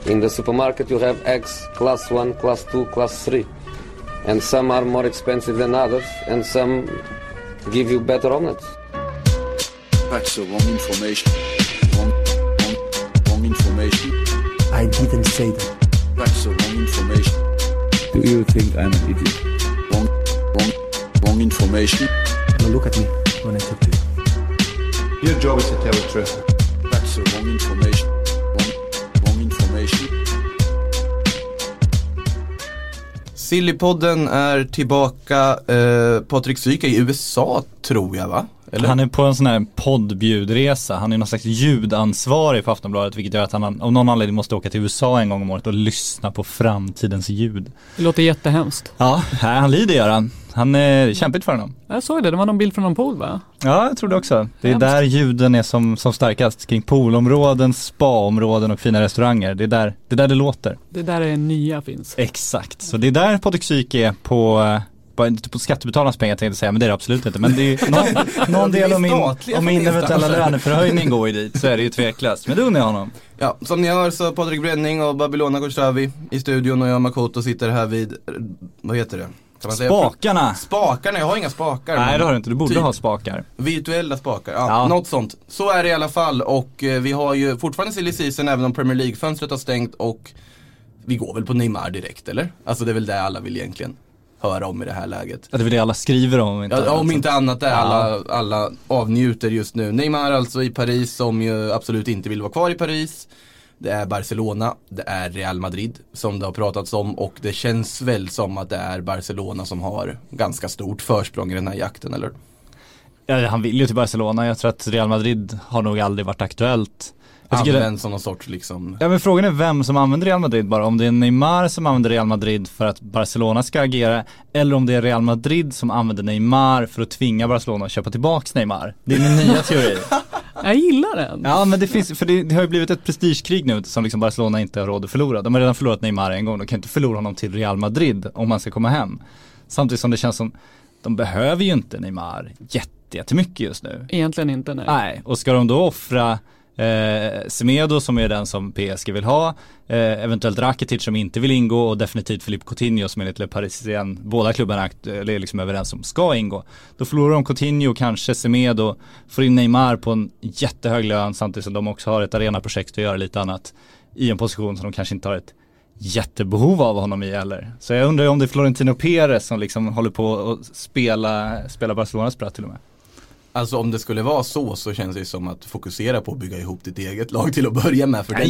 In the supermarket you have eggs class 1, class 2, class 3. And some are more expensive than others, and some give you better omelets. That's the wrong information. Wrong information. I didn't say that. That's the wrong information. Do you think I'm an idiot? Wrong information. Now look at me when I talk to you. Your job is to tell the truth. That's the wrong information. Wrong information. Sillypodden är tillbaka. Patrik Syk är i USA, tror jag, va? Eller? Han är på en sån här poddbjudresa. Han är någon slags ljudansvarig på Aftonbladet, vilket gör att han av någon anledning måste åka till USA en gång om året och lyssna på framtidens ljud. Det låter jättehemskt. Ja, han lider, gör han. Han är kämpigt för honom. Jag såg det var någon bild från någon pool, va? Ja, jag tror det också. Det är där ljuden är som starkast. Kring poolområden, spaområden och fina restauranger. Det är där det låter. Det är där det nya finns. Exakt, så det är där Patrik Syk är på skattebetalarnas pengar, tänkte jag säga, men det är det absolut inte. Men det är någon del om min eventuella löneförhöjning går ju dit, så är det ju tveklöst. Men det undrar jag honom. Ja, som ni hör så Patrik Bränning och Babylona Gorsavi i studion och jag Makoto sitter här vid, vad heter det? Spakarna! Spakarna, jag har inga spakar. Nej, det har du inte, du borde ha spakar. Virtuella spakar, ja, något sånt. Så är det i alla fall, och vi har ju fortfarande silly season även om Premier League-fönstret har stängt, och vi går väl på Neymar direkt, eller? Alltså det är väl det alla vill egentligen höra om i det här läget. Ja, det är väl det alla skriver om. Inte annat är alla avnjuter just nu. Neymar alltså i Paris, som ju absolut inte vill vara kvar i Paris. Det är Barcelona, det är Real Madrid som det har pratats om, och det känns väl som att det är Barcelona som har ganska stort försprång i den här jakten, eller? Ja, han vill ju till Barcelona. Jag tror att Real Madrid har nog aldrig varit aktuellt. Använd som någon sorts liksom... Ja, men frågan är vem som använder Real Madrid bara. Om det är Neymar som använder Real Madrid för att Barcelona ska agera, eller om det är Real Madrid som använder Neymar för att tvinga Barcelona att köpa tillbaks Neymar. Det är min nya teori. Jag gillar den. Ja, men det finns, för det har ju blivit ett prestigekrig nu som liksom Barcelona inte har råd att förlora. De har redan förlorat Neymar en gång. De kan inte förlora honom till Real Madrid om man ska komma hem. Samtidigt som det känns som de behöver ju inte Neymar jättemycket just nu. Egentligen inte, nej. Och ska de då offra Semedo, som är den som PSG vill ha, eventuellt Rakitic som inte vill ingå, och definitivt Philippe Coutinho som enligt Le Parisien, båda klubbarna är liksom överens om ska ingå. Då förlorar de Coutinho, kanske Semedo, får in Neymar på en jättehög lön, samtidigt som de också har ett arenaprojekt att göra lite annat i en position som de kanske inte har ett jättebehov av honom i heller. Så jag undrar om det är Florentino Perez som liksom håller på att spela Barcelonas spratt till och med. Alltså om det skulle vara så känns det som att fokusera på att bygga ihop ditt eget lag till att börja med, för det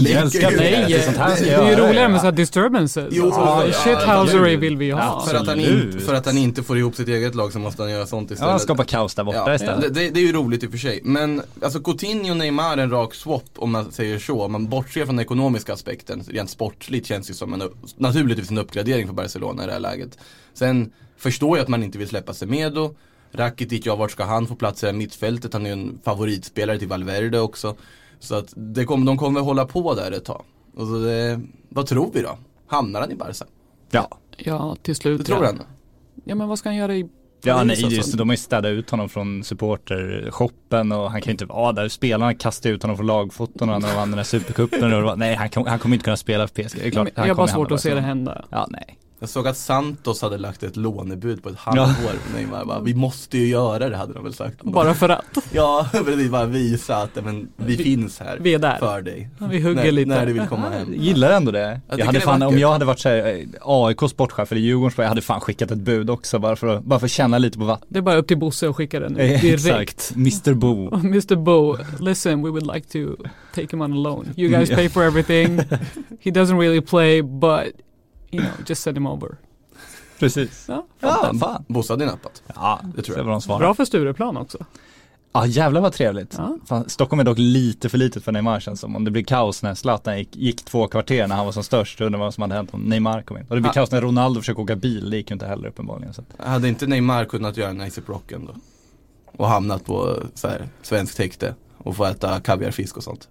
är ju roligare med så här disturbances. Shithousery vill vi ha. För att han inte får ihop sitt eget lag så måste han göra sånt istället. Ja, skapa kaos där borta istället. Det är ju roligt i och för sig. Men alltså Coutinho och Neymar är en rak swap, om man säger så. Om man bortser från den ekonomiska aspekten, rent sportsligt känns det som naturligtvis en uppgradering för Barcelona i det här läget. Sen förstår jag att man inte vill släppa Semedo. Rakitic, vart ska han få plats i mittfältet? Han är ju en favoritspelare till Valverde också. Så att de kommer hålla på där ett tag. Och så vad tror vi då? Hamnar han i Barca? Ja, till slut. Det tror han. Ja, men vad ska han göra i Paris? Ja, nej, just, de har ju städat ut honom från supportershoppen, och han kan ju inte vara där. Spelarna kastar ut honom från lagfoton när de vann den här supercupen. Nej, han kommer inte kunna spela för PSG. Det är klart, jag har bara svårt att se det hända. Ja, nej. Jag såg att Santos hade lagt ett lånebud på ett halvår. Neymar bara, vi måste ju göra det, hade de väl sagt. Bara för att? Ja, vi bara visa att vi finns här. Vi är där. För dig. Vi hugger lite. När du vill komma hem. Gillar ändå det. Om jag hade varit så här, AIK sportchef eller Djurgårdens, jag hade fan skickat ett bud också bara för att känna lite på vatten. Det är bara upp till Bosse och skicka den direkt. Exakt. Mr. Bo. Mr. Bo, listen, we would like to take him on a loan. You guys pay for everything. He doesn't really play, but you know, just send him over. Precis. Fan. Bosse hade nappat. Ja, det tror jag. Bra för Stureplan också. Ja, jävlar vad trevligt. Ja. Fan, Stockholm är dock lite för litet för Neymar, känns som. Om det blir kaos när Zlatan gick 2 kvarter när han var som störst, undrar vad som hade hänt om Neymar kom in. Och det blir kaos när Ronaldo försöker åka bil, det gick ju inte heller uppenbarligen. Så. Hade inte Neymar kunnat göra en ASAP Rocken då? Och hamnat på så här, svensk täckte och få äta kaviarfisk och sånt?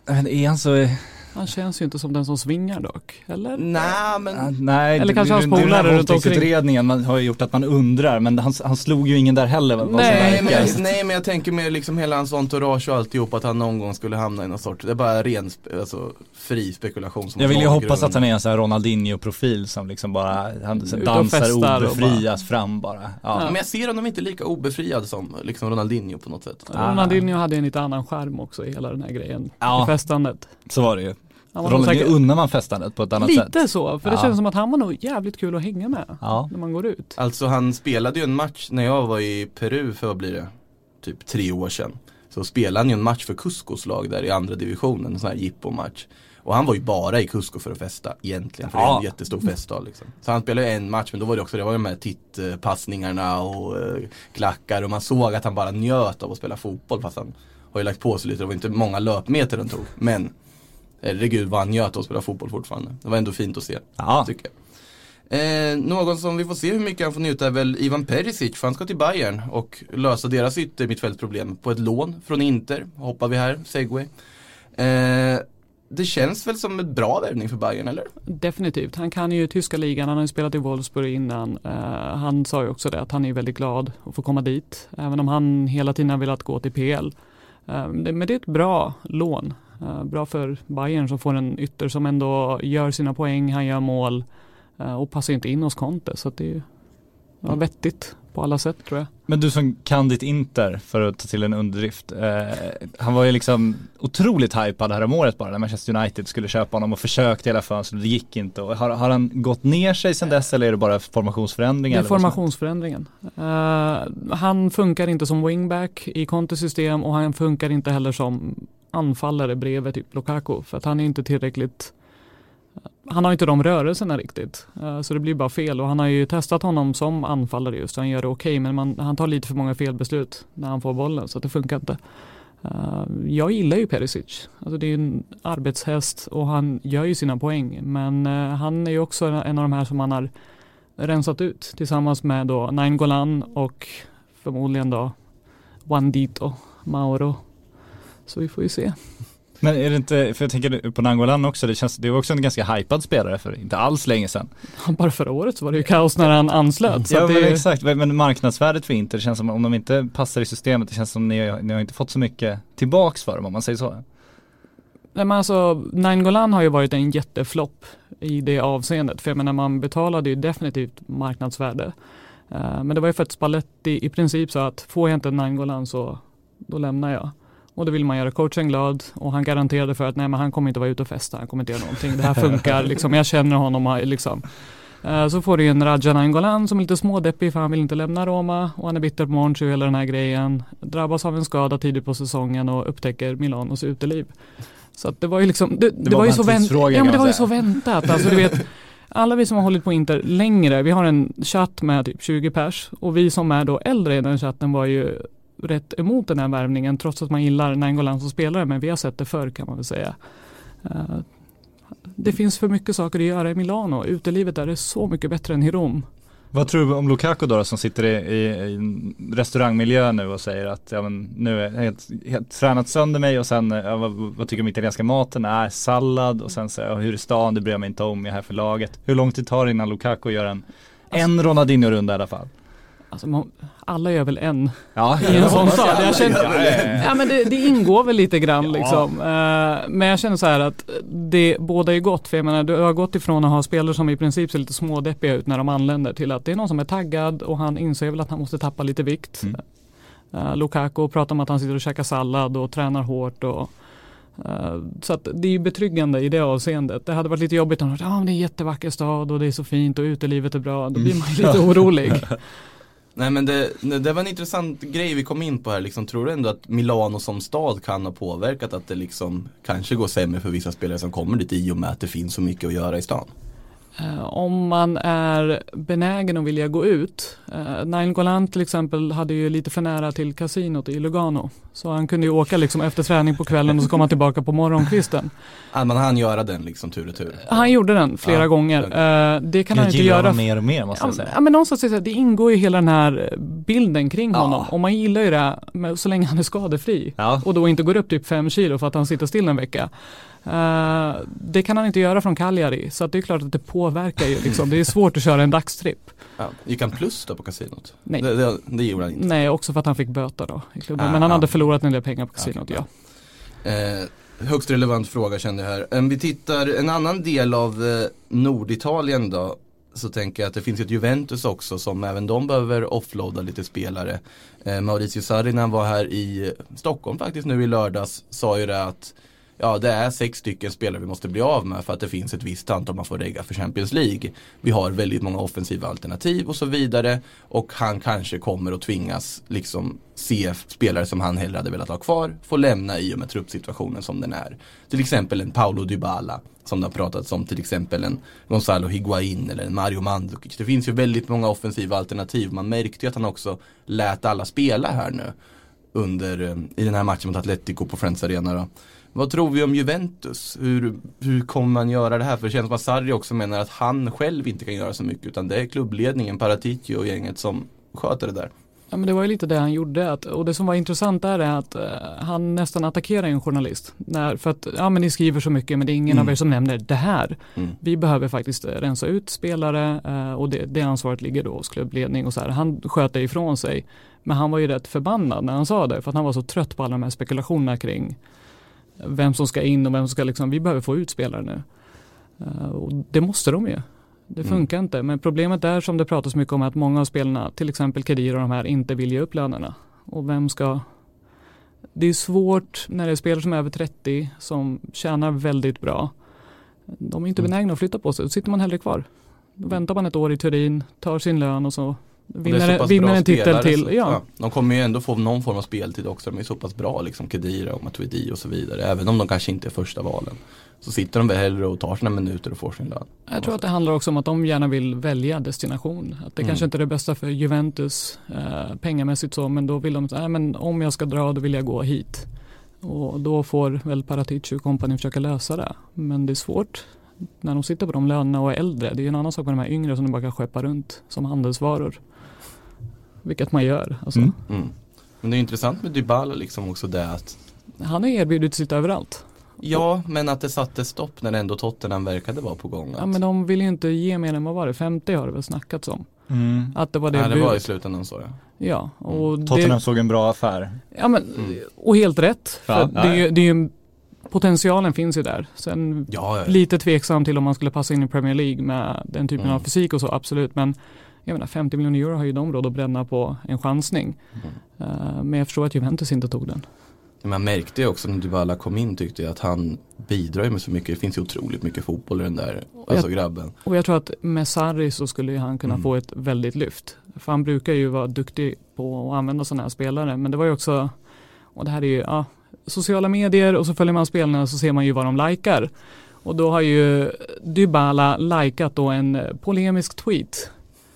Men är han så... Han känns ju inte som den som svingar dock, eller? Nej, men... Nej, Eller kanske hans polare runt omkring. Utredningen man har gjort att man undrar, men han slog ju ingen där heller. Nej, men jag tänker mer liksom hela hans entourage och alltihop, att han någon gång skulle hamna i någon sorts, det är bara ren fri spekulation. Som jag vill ju hoppas att han är en sån här Ronaldinho-profil som liksom bara han dansar obefrias fram bara. Ja. Men jag ser honom inte lika obefriad som liksom Ronaldinho på något sätt. Ronaldinho hade en lite annan skärm också i hela den här grejen. I festandet. Så var det ju. Ronaldinho unnar man festandet på ett annat sätt. Lite så, för det känns som att han var nog jävligt kul att hänga med när man går ut. Alltså han spelade ju en match när jag var i Peru för vad blir det? Typ 3 år sedan. Så spelade han ju en match för Cuscos lag där i andra divisionen, en sån här jippo-match. Och han var ju bara i Cusco för att festa egentligen, för det är en jättestor festdag liksom. Så han spelade en match, men då var det också, det var de här tittpassningarna och klackar, och man såg att han bara njöt av att spela fotboll, fast han har ju lagt på sig lite, det var inte många löpmeter den tog, men herregud vad han njöt av att spela fotboll fortfarande. Det var ändå fint att se, tycker jag. Någon som vi får se hur mycket han får njuta är väl Ivan Perisic, för han ska till Bayern och lösa deras yttermittfältsproblem på ett lån från Inter. Hoppar vi här, segway. Det känns väl som en bra värvning för Bayern, eller? Definitivt. Han kan ju tyska ligan, han har ju spelat i Wolfsburg innan. Han sa ju också det, att han är väldigt glad att få komma dit, även om han hela tiden har velat gå till PL. Men det är ett bra lån. Bra för Bayern som får en ytter som ändå gör sina poäng, han gör mål och passar inte in hos Conte, så att det är vettigt på alla sätt, tror jag. Men du som kan ditt Inter, för att ta till en underdrift, han var ju liksom otroligt hypad här om året bara när Manchester United skulle köpa honom och försökte i alla fall, så det gick inte. Och har han gått ner sig sedan dess, eller är det bara formationsförändringen? Det är formationsförändringen. Han funkar inte som wingback i Contes system, och han funkar inte heller som anfallare bredvid typ Lukaku, för att han är inte tillräckligt, han har inte de rörelserna riktigt, så det blir bara fel. Och han har ju testat honom som anfallare just, så han gör det okej, men han tar lite för många felbeslut när han får bollen, så det funkar inte. Jag gillar ju Perisic, alltså det är en arbetshäst och han gör ju sina poäng, men han är ju också en av de här som man har rensat ut tillsammans med då Nainggolan och förmodligen då Juandito Mauro. Så vi får ju se. Men är det inte, för jag tänker på Nainggolan också, det var också en ganska hypad spelare för inte alls länge sedan. Bara förra året så var det ju kaos när han anslöt. Ja, men exakt, men marknadsvärdet för Inter, det känns som om de inte passar i systemet, det känns som ni har inte fått så mycket tillbaks för dem, om man säger så. Nej, men alltså, Nainggolan har ju varit en jätteflopp i det avseendet, för jag menar, man betalade ju definitivt marknadsvärde. Men det var ju för att Spalletti i princip sa att får jag inte Nainggolan så då lämnar jag. Och då vill man göra coachen glad, och han garanterade för att nej, men han kommer inte vara ute och festa, han kommer inte göra någonting. Det här funkar, liksom, jag känner honom liksom. Så får du en Radja Nainggolan som är lite smådeppig, för han vill inte lämna Roma, och han är bitter på Monchi och hela den här grejen. Drabbas av en skada tidigt på säsongen och upptäcker Milanos uteliv. Så att det var ju liksom det var ju så väntat. Ja, men det var ju så väntat. Alltså, du vet, alla vi som har hållit på Inter längre, vi har en chatt med typ 20 pers, och vi som är då äldre i den chatten var ju rätt emot den här värvningen, trots att man gillar Nainggolan som spelare, men vi har sett det förr, kan man väl säga. Det finns för mycket saker att göra i Milano. Utelivet är så mycket bättre än i Rom. Vad tror du om Lukaku då, som sitter i en restaurangmiljö nu och säger att ja, men nu är jag helt tränat sönder mig, och sen vad tycker du om italienska maten? Sallad, och sen säger hur är stan, det bryr jag mig inte om, jag är här för laget. Hur lång tid tar det innan Lukaku gör en Ronaldinho-runda i alla fall? Alltså, alla gör väl en i en sån stad. Jag känner, men det ingår väl lite grann liksom. Men jag känner så här att det båda är gott, för jag menar, du har gått ifrån att ha spelare som i princip ser lite smådeppiga ut när de anländer, till att det är någon som är taggad, och han inser väl att han måste tappa lite vikt. Lukaku pratar om att han sitter och käkar sallad och tränar hårt, och så att det är betryggande i det avseendet. Det hade varit lite jobbigt om det är en jättevacker stad och det är så fint och utelivet är bra. Då blir man lite orolig. Nej, men det var en intressant grej vi kom in på här. Liksom, tror du ändå att Milano som stad kan ha påverkat att det liksom kanske går sämre för vissa spelare som kommer dit, i och med att det finns så mycket att göra i stan? Om man är benägen att vilja gå ut. Nainggolan till exempel hade ju lite för nära till kasinot i Lugano. Så han kunde ju åka liksom efter träning på kvällen och så kom han tillbaka på morgonkvisten. Man hann göra den liksom tur och tur. Han gjorde den flera gånger. Det kan han inte göra. Mer och mer måste jag säga. Ja, men någonstans är det ingår ju hela den här bilden kring honom. Och man gillar ju det så länge han är skadefri. Ja. Och då inte går upp typ 5 kilo för att han sitter still en vecka. Det kan han inte göra från Cagliari, så att det är klart att det påverkar ju liksom. Det är svårt att köra en dagstripp. Ja, gick han plus då på kasinot? Nej. Det gjorde han inte. Nej, också för att han fick böter då i klubben. Men han hade förlorat en del pengar på kasinot, ja. Högst relevant fråga kände jag här. Vi tittar en annan del av Norditalien då. Så tänker jag att det finns ett Juventus också som även de behöver offloada lite spelare. Maurizio Sarri när han var här i Stockholm faktiskt nu i lördags sa ju det att det är 6 stycken spelare vi måste bli av med för att det finns ett visst antal man får regga för Champions League. Vi har väldigt många offensiva alternativ och så vidare. Och han kanske kommer att tvingas liksom se spelare som han hellre hade velat ha kvar få lämna i och med truppsituationen som den är. Till exempel en Paulo Dybala som det har pratats om, till exempel en Gonzalo Higuain eller en Mario Mandzukic. Det finns ju väldigt många offensiva alternativ. Man märkte ju att han också lät alla spela här nu i den här matchen mot Atletico på Friends Arena då. Vad tror vi om Juventus? Hur kommer man göra det här? För det känns som att Sarri också menar att han själv inte kan göra så mycket utan det är klubbledningen, Paratici och gänget som sköter det där. Ja, men det var ju lite det han gjorde. Och det som var intressant är att han nästan attackerar en journalist. För att men ni skriver så mycket men det är ingen av er som nämner det här. Vi behöver faktiskt rensa ut spelare och det ansvaret ligger då hos klubbledning. Och så här. Han sköt det ifrån sig. Men han var ju rätt förbannad när han sa det. För att han var så trött på alla de här spekulationerna kring vem som ska in och vem som ska liksom, vi behöver få ut spelare nu. Och det måste de ju. Det funkar inte. Men problemet är som det pratas mycket om att många av spelarna, till exempel Khedira och de här, inte vill ge upp lönerna. Och vem ska... Det är svårt när det är spelare som är över 30 som tjänar väldigt bra. De är inte benägna att flytta på sig. Då sitter man hellre kvar. Då väntar man ett år i Turin, tar sin lön och så vinner en titel till. Så, ja. De kommer ju ändå få någon form av speltid också. De är så pass bra, liksom Khedira och Matuidi och så vidare. Även om de kanske inte är första valen. Så sitter de väl hellre och tar sina minuter och får sin lön. Jag tror att det handlar också om att de gärna vill välja destination. Att det kanske inte är det bästa för Juventus pengamässigt så. Men då vill de säga, men om jag ska dra då vill jag gå hit. Och då får väl Paratici och kompani försöka lösa det. Men det är svårt när de sitter på de lönerna och är äldre. Det är ju en annan sak med de här yngre som de bara kan skeppa runt som handelsvaror. Vilket man gör. Alltså. Men det är intressant med Dybala liksom också det att... Han har erbjudit sitt överallt. Ja, men att det satte stopp när ändå Tottenham verkade vara på gång. Ja, men de vill ju inte ge mer än vad var det? 50 har det väl snackats om. Att det var det. Nej, det var i slutändan så, ja. Och Tottenham såg en bra affär. Ja, men, och helt rätt. För det är ju potentialen finns ju där. Sen lite tveksam till om man skulle passa in i Premier League med den typen av fysik och så, absolut. Men jag menar, 50 miljoner euro har ju de råd att bränna på en chansning. Men jag förstår att Juventus inte tog den. Man märkte ju också när Dybala kom in tyckte jag att han bidrar med så mycket. Det finns ju otroligt mycket fotboll i den där grabben. Och jag tror att med Sarri så skulle ju han kunna få ett väldigt lyft. För han brukar ju vara duktig på att använda sådana här spelare. Men det var ju också, och det här är ju sociala medier och så följer man spelarna och så ser man ju vad de likar. Och då har ju Dybala likat då en polemisk tweet.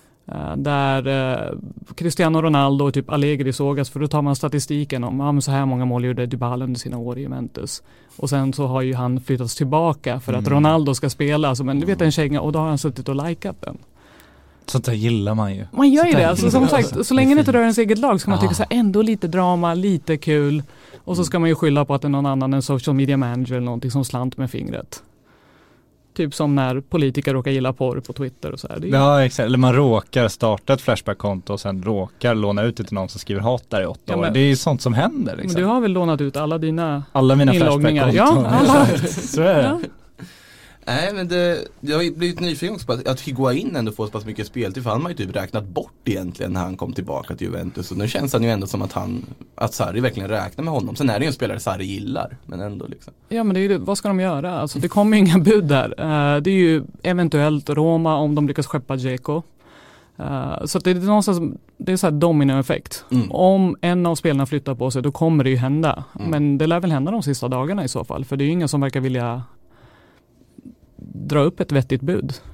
Där Cristiano Ronaldo och typ Allegri sågas, för då tar man statistiken om så här många mål gjorde Dybala under sina år i Juventus. Och sen så har ju han flyttats tillbaka för att Ronaldo ska spela. Alltså, men du vet en känga, och då har han suttit och likat den. Sånt där gillar man ju. Man gör ju det. Alltså, som sagt, så länge det inte rör ens eget lag ska man tycka så här, ändå lite drama, lite kul. Och så ska man ju skylla på att det är någon annan, en social media manager eller någonting som slant med fingret. Typ som när politiker råkar gilla porr på Twitter och så här. Ja, exakt. Eller man råkar starta ett Flashback-konto och sen råkar låna ut det till någon som skriver hat där i 8 år. Det är ju sånt som händer. Liksom. Men du har väl lånat ut alla mina inloggningar? Ja, alla. Så är det. Ja. Nej, men jag har blivit nyfiken också på att Higuain ändå får så pass mycket speltid, för han har ju typ räknat bort egentligen när han kom tillbaka till Juventus. Och nu känns han ju ändå som att Sarri verkligen räknar med honom. Sen är det ju en spelare Sarri gillar, men ändå liksom. Ja, men det är ju, vad ska de göra? Alltså, det kommer ju inga bud där. Det är ju eventuellt Roma om de lyckas skeppa Dzeko. Så det är någonstans, det är så här dominoeffekt. Om en av spelarna flyttar på sig, då kommer det ju hända. Men det lär väl hända de sista dagarna i så fall. För det är ju ingen som verkar vilja dra upp ett vettigt bud.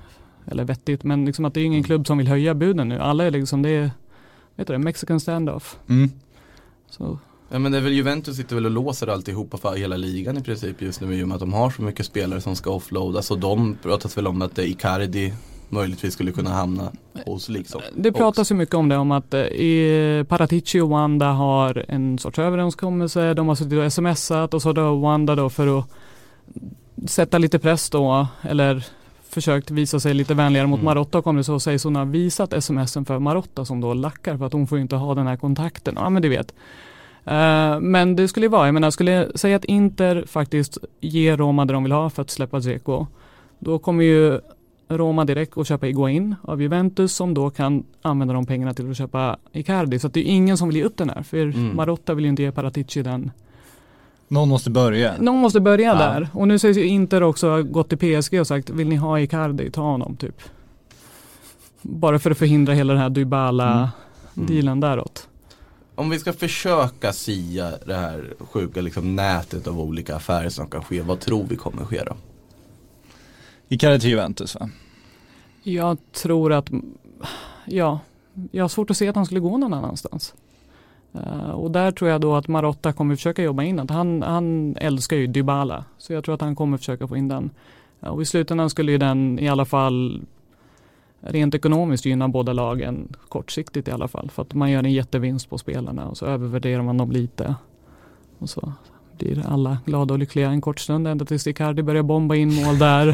eller vettigt, men liksom att det är ingen klubb som vill höja buden nu. Alla är liksom, det är, vet du det, Mexican standoff. Så. Ja, men det är väl Juventus sitter väl och låser alltihopa för hela ligan i princip just nu i och med att de har så mycket spelare som ska offloadas, och de pratas väl om att Icardi möjligtvis skulle kunna hamna hos liksom. Det pratas ju mycket om det, om att Paratici och Wanda har en sorts överenskommelse, de har suttit och smsat och så då Wanda då för att sätta lite press då, eller försökt visa sig lite vänligare mot Marotta, kommer det så sägs hon har visat smsen för Marotta som då lackar för att hon får inte ha den här kontakten. Ja, men det vet. Men det skulle ju vara, jag menar, skulle säga att Inter faktiskt ger Roma det de vill ha för att släppa Dzeko, då kommer ju Roma direkt att köpa Higuain av Juventus som då kan använda de pengarna till att köpa Icardi. Så att det är ingen som vill ge upp den här, för Marotta vill ju inte ge Paratici den. Någon måste börja. Någon måste börja där. Och nu sägs ju Inter också gått till PSG och sagt, vill ni ha Icardi, ta honom typ. Bara för att förhindra hela den här Dybala-dealen däråt. Om vi ska försöka sia det här sjuka liksom nätet av olika affärer som kan ske, vad tror vi kommer ske då? Icardi till Juventus, va? Jag tror att, ja, jag har svårt att se att han skulle gå någon annanstans. Och där tror jag då att Marotta kommer försöka jobba in att han älskar ju Dybala, så jag tror att han kommer försöka få in den. Och i slutändan skulle ju den i alla fall rent ekonomiskt gynna båda lagen kortsiktigt i alla fall, för att man gör en jättevinst på spelarna och så övervärderar man dem lite och så blir alla glada och lyckliga en kort stund ända tills Icardi börjar bomba in mål där.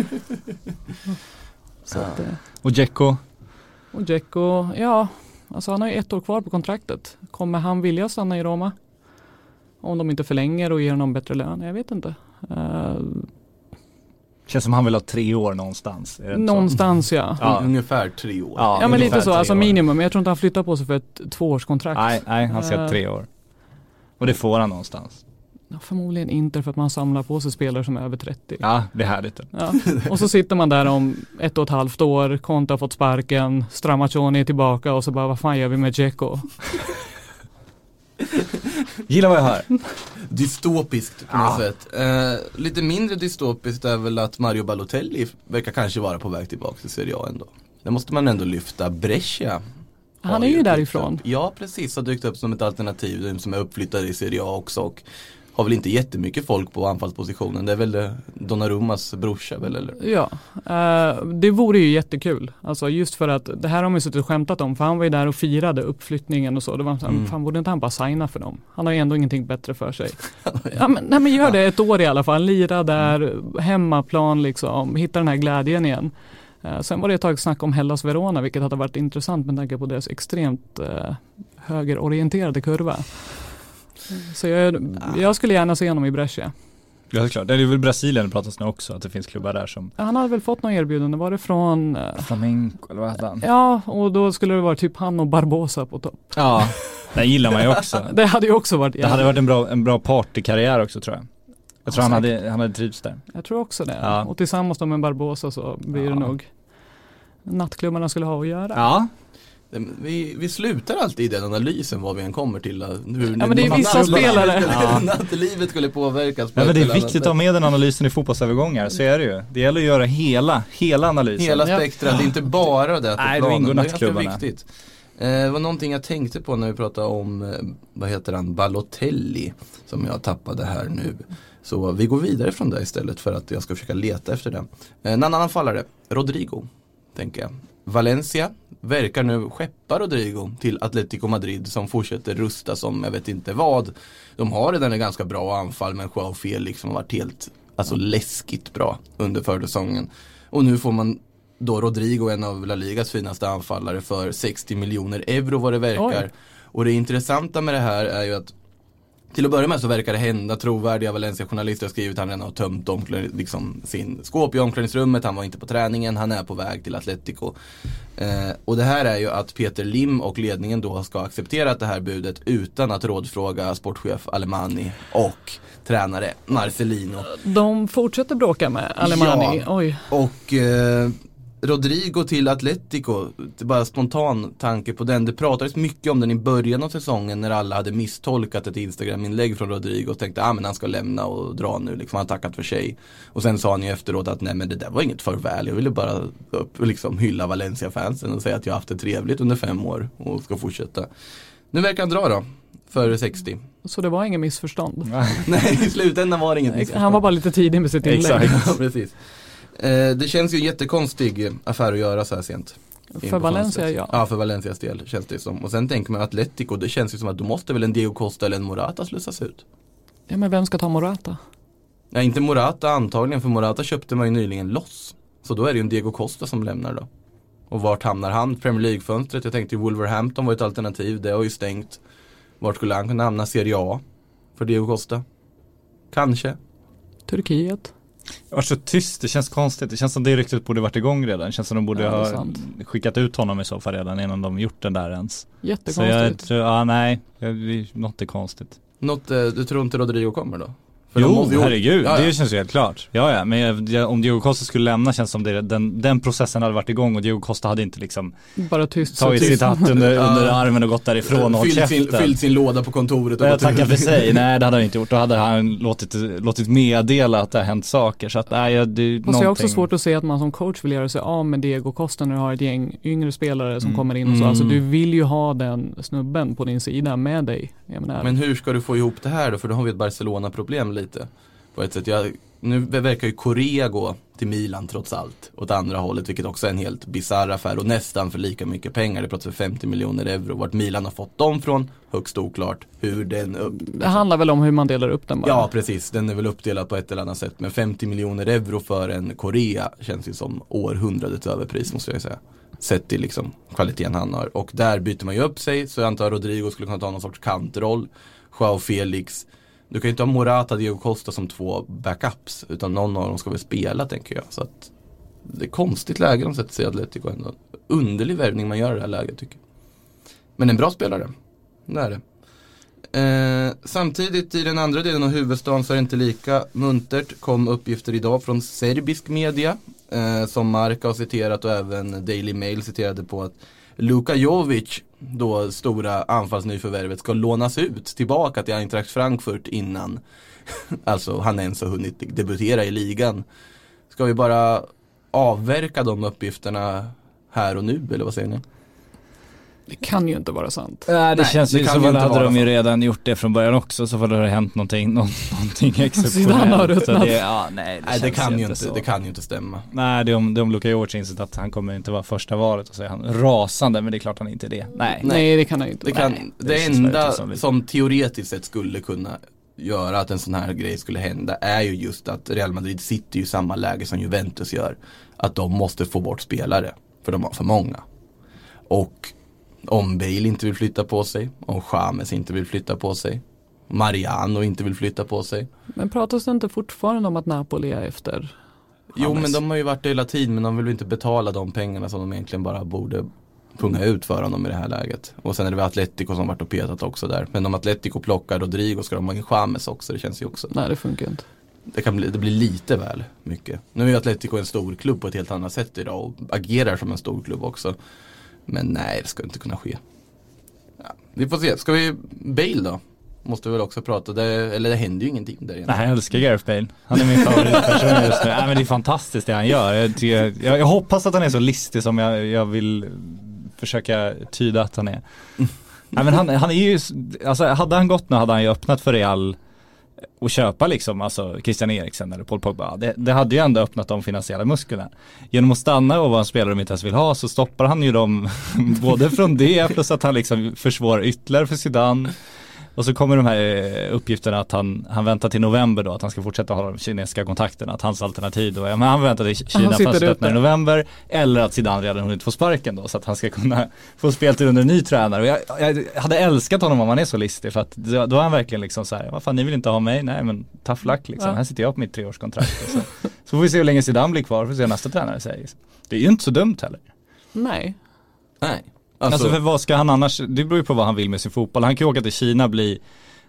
Så att, och Dzeko? Och Dzeko, ja, alltså han har ju 1 år kvar på kontraktet. Kommer han vilja stanna i Roma? Om de inte förlänger och ger honom bättre lön? Jag vet inte. Känns som han vill ha 3 år någonstans. Är det någonstans, så? Ja. Ungefär 3 år. Ja, men lite så, alltså minimum. Jag tror inte han flyttar på sig för ett 2-årskontrakt. Nej, han ska ha 3 år. Och det får han någonstans. Ja, förmodligen inte, för att man samlar på sig spelare som är över 30. Ja, det är härligt. Ja. Och så sitter man där om 1,5 år, Conte har fått sparken, Stramaccioni är tillbaka och så bara, vad fan gör vi med Dzeko? Gillar vad jag hör. Dystopiskt på något sätt. Lite mindre dystopiskt är väl att Mario Balotelli verkar kanske vara på väg tillbaka till Serie A ändå. Det måste man ändå lyfta. Brescia. Han är ju därifrån. Ja, precis. Har dykt upp som ett alternativ som är uppflyttad i Serie A också och har väl inte jättemycket folk på anfallspositionen. Det är väl Donnarummas brorsa väl, eller? Ja, det vore ju jättekul. Alltså just för att det här har man ju suttit och skämtat om. För han var ju där och firade uppflyttningen och så. Det var fan, borde inte han bara signa för dem? Han har ju ändå ingenting bättre för sig. Ja, men gör det 1 år i alla fall. Lira där, hemmaplan liksom. Hitta den här glädjen igen. Sen var det ett tag snack om Hellas Verona, vilket hade varit intressant med tanke på deras extremt högerorienterade kurva. Så jag skulle gärna se honom i Brescia. Ja, det är klart. Det är väl Brasilien pratas nu också, att det finns klubbar där som... Han hade väl fått någon erbjudande, var det från... Flamenco, eller vad hette han? Ja, och då skulle det vara typ han och Barbosa på topp. Ja, det gillar man ju också. Det hade ju också varit... Det hade varit en bra partykarriär också, tror jag. Jag tror han hade trivts där. Jag tror också det. Ja. Och tillsammans med Barbosa så blir det nog nattklubbarna skulle ha att göra. Ja. Vi slutar alltid i den analysen vad vi än kommer till. Men det är vissa spelare. Nattlivet skulle påverkas. Ja, men det är viktigt att ha med den analysen i fotbollsövergångar, så är det ju. Det gäller att göra hela analysen. Hela spektrat, det är inte bara det. Nej, då ingår nattklubbarna. Det är viktigt. Det var någonting jag tänkte på när vi pratade om, vad heter han, Balotelli, som jag tappade här nu. Så vi går vidare från det istället för att jag ska försöka leta efter det. En annan anfallare, Rodrigo, tänker jag. Valencia verkar nu skeppa Rodrigo till Atletico Madrid, som fortsätter rusta som jag vet inte vad. De har redan en ganska bra anfall, men Joao Felix har varit helt läskigt bra under försäsongen. Och nu får man då Rodrigo, en av La Ligas finaste anfallare, för 60 miljoner euro vad det verkar. Oj. Och det intressanta med det här är ju att till att börja med så verkar det hända. Trovärdiga Valencia-journalister har skrivit att han redan har tömt sin skåp i omklädningsrummet. Han var inte på träningen, han är på väg till Atletico. Och det här är ju att Peter Lim och ledningen då ska acceptera det här budet utan att rådfråga sportchef Alemani och tränare Marcelino. De fortsätter bråka med Alemani. Ja, oj. Och Rodrigo till Atletico, det är bara spontan tanke på den. Det pratades mycket om den i början av säsongen när alla hade misstolkat ett Instagram-inlägg från Rodrigo och tänkte men han ska lämna och dra nu, liksom, han har tackat för sig. Och sen sa han ju efteråt att nej, men det där var inget farväl, jag ville bara upp och liksom hylla Valencia-fansen och säga att jag har haft det trevligt under 5 år och ska fortsätta. Nu verkar han dra då, före 60. Så det var ingen missförstånd? Nej, i slutändan var det inget missförstånd. Han var bara lite tidig med sitt inlägg. Ja, precis. Det känns ju en jättekonstig affär att göra så här sent. För Valencia, ja. Ja, för Valencias del känns det som. Och sen tänker man Atletico, det känns ju som att då måste väl en Diego Costa eller en Morata slussas ut. Ja, men vem ska ta Morata? Nej, inte Morata antagligen, för Morata köpte man ju nyligen loss. Så då är det ju en Diego Costa som lämnar då. Och vart hamnar han? Premier League-fönstret, jag tänkte ju Wolverhampton var ett alternativ, det har ju stängt. Vart skulle han kunna hamna? Serie A för Diego Costa? Kanske. Turkiet. Det var så tyst, det känns konstigt. Det känns som det ryktet borde varit igång redan. Det känns som de borde ha skickat ut honom i så fall redan innan de gjort den där ens. Jättekonstigt. Så något är konstigt. Du tror inte Rodrigo kommer då? Herregud, det känns ju helt klart. Ja, men om Diego Costa skulle lämna känns som den processen hade varit igång och Diego Costa hade inte liksom bara tyst, tagit sitt hatt under armen och gått därifrån och hållit käften. Fyllt sin låda på kontoret och tacka för sig. Nej, det hade han inte gjort. Då hade han låtit meddela att det har hänt saker. Så att det är någonting. Det är också svårt att se att man som coach vill göra sig av med Diego Costa när du har ett gäng yngre spelare som kommer in och så. Alltså du vill ju ha den snubben på din sida med dig. Men hur ska du få ihop det här då? För då har vi ett Barcelona-problem lite. På ett sätt. Nu verkar ju Korea gå till Milan trots allt. Åt andra hållet, vilket också är en helt bizarr affär. Och nästan för lika mycket pengar. Det pratar för 50 miljoner euro. Vart Milan har fått dem från, högst oklart. Hur den Det handlar väl om hur man delar upp den bara. Ja, precis. Den är väl uppdelad på ett eller annat sätt. Men 50 miljoner euro för en Korea känns ju som århundradets överpris, måste jag säga. Sett till liksom kvaliteten han har. Och där byter man ju upp sig. Så jag antar att Rodrigo skulle kunna ta någon sorts kantroll. Joao Felix. Du kan ju inte ha Morata och Diego Costa som 2 backups. Utan någon av dem ska väl spela, tänker jag. Så att det är konstigt läge de sätter sig i Atletico ändå. Underlig värvning man gör i det här läget, tycker jag. Men en bra spelare. Det är det. Samtidigt i den andra delen av huvudstaden så är det inte lika muntert. Kom uppgifter idag från serbisk media. Som Marca har citerat och även Daily Mail citerade på att Luka Jovic, då stora anfallsnyförvärvet, ska lånas ut tillbaka till Eintracht Frankfurt innan alltså han ens har hunnit debutera i ligan. Ska vi bara avverka de uppgifterna här och nu, eller vad säger ni? Det kan ju inte vara sant. Nej, det känns ju som att hade de ju redan gjort det från början också, så var det hänt någonting exceptionellt. Det kan ju inte stämma. Nej, de Luka Jovic insett att han kommer inte vara första valet och så är han rasande, men det är klart han inte är det. Nej, det kan han inte. Det enda som teoretiskt sett skulle kunna göra att en sån här grej skulle hända är ju just att Real Madrid sitter i samma läge som Juventus gör. Att de måste få bort spelare, för de har för många. Och om Bale inte vill flytta på sig, om James inte vill flytta på sig, Mariano inte vill flytta på sig. Men pratas det inte fortfarande om att Napoli är efter James? Jo, men de har ju varit det hela tiden, men de vill inte betala de pengarna som de egentligen bara borde punga ut för honom i det här läget. Och sen är det väl Atletico som varit och petat också där. Men om Atletico plockar Rodrigo ska de ha en James också, det känns ju också. Nej, det funkar inte. Det blir lite väl mycket. Nu är ju Atletico en stor klubb på ett helt annat sätt idag och agerar som en stor klubb också. Men nej, det ska inte kunna ske. Ja, vi får se. Ska vi Bale då? Måste vi väl också prata. Det händer ju ingenting där egentligen. Nej, jag älskar Gareth Bale. Han är min favoritperson just nu. Nej, men det är fantastiskt det han gör. Jag hoppas att han är så listig som jag vill försöka tyda att han är. Nej, men han är ju, alltså hade han gått nu hade han ju öppnat för Real och köpa liksom, alltså Christian Eriksen eller Paul Pogba. Det hade ju ändå öppnat de finansiella musklerna. Genom att stanna och vara en spelare de inte ens vill ha, så stoppar han ju dem både från det, plus att han liksom försvårar ytterligare för Zidane. Och så kommer de här uppgifterna att han väntar till november då, att han ska fortsätta ha de kinesiska kontakterna, att hans alternativ då är, men han väntar till Kina först öppnar i november, eller att Zidane redan hunnit få sparken då, så att han ska kunna få speltid under en ny tränare. Och jag hade älskat honom om han är så listig, för att då är han verkligen liksom så här, vad fan, ni vill inte ha mig? Nej, men tough luck liksom. Här sitter jag på mitt 3-årskontrakt. Så får vi se hur länge Zidane blir kvar, för att se nästa tränare säger. Det är ju inte så dumt heller. Nej. Alltså för vad ska han annars, det beror ju på vad han vill med sin fotboll. Han kan ju åka till Kina, bli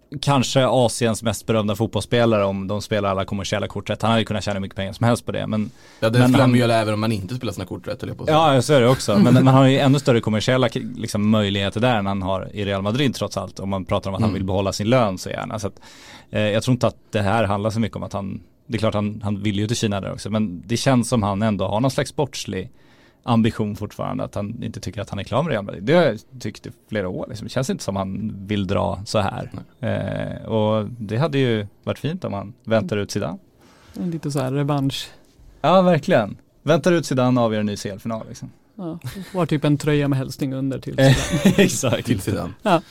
kanske Asiens mest berömda fotbollsspelare om de spelar alla kommersiella kort rätt. Han hade ju kunnat tjäna mycket pengar som helst på det. Men, ja, det skulle man göra även om man inte spelar sina kort rätt. Ja, så är det också. Men man har ju ännu större kommersiella liksom, möjligheter där än han har i Real Madrid trots allt. Om man pratar om att han vill behålla sin lön så gärna. Så att, jag tror inte att det här handlar så mycket om att det är klart han vill ju till Kina där också. Men det känns som han ändå har någon slags sportslig ambition fortfarande, att han inte tycker att han är klar med Real Madrid. Det har jag tyckt i flera år. Liksom. Det känns inte som han vill dra så här. Och det hade ju varit fint om han väntar ut Zidane. Lite så här revansch. Ja, verkligen. Väntar ut Zidane och avgör en ny CL-final liksom. Ja, var typ en tröja med hälsning under till Zidane. Exakt. Till Zidane. Ja.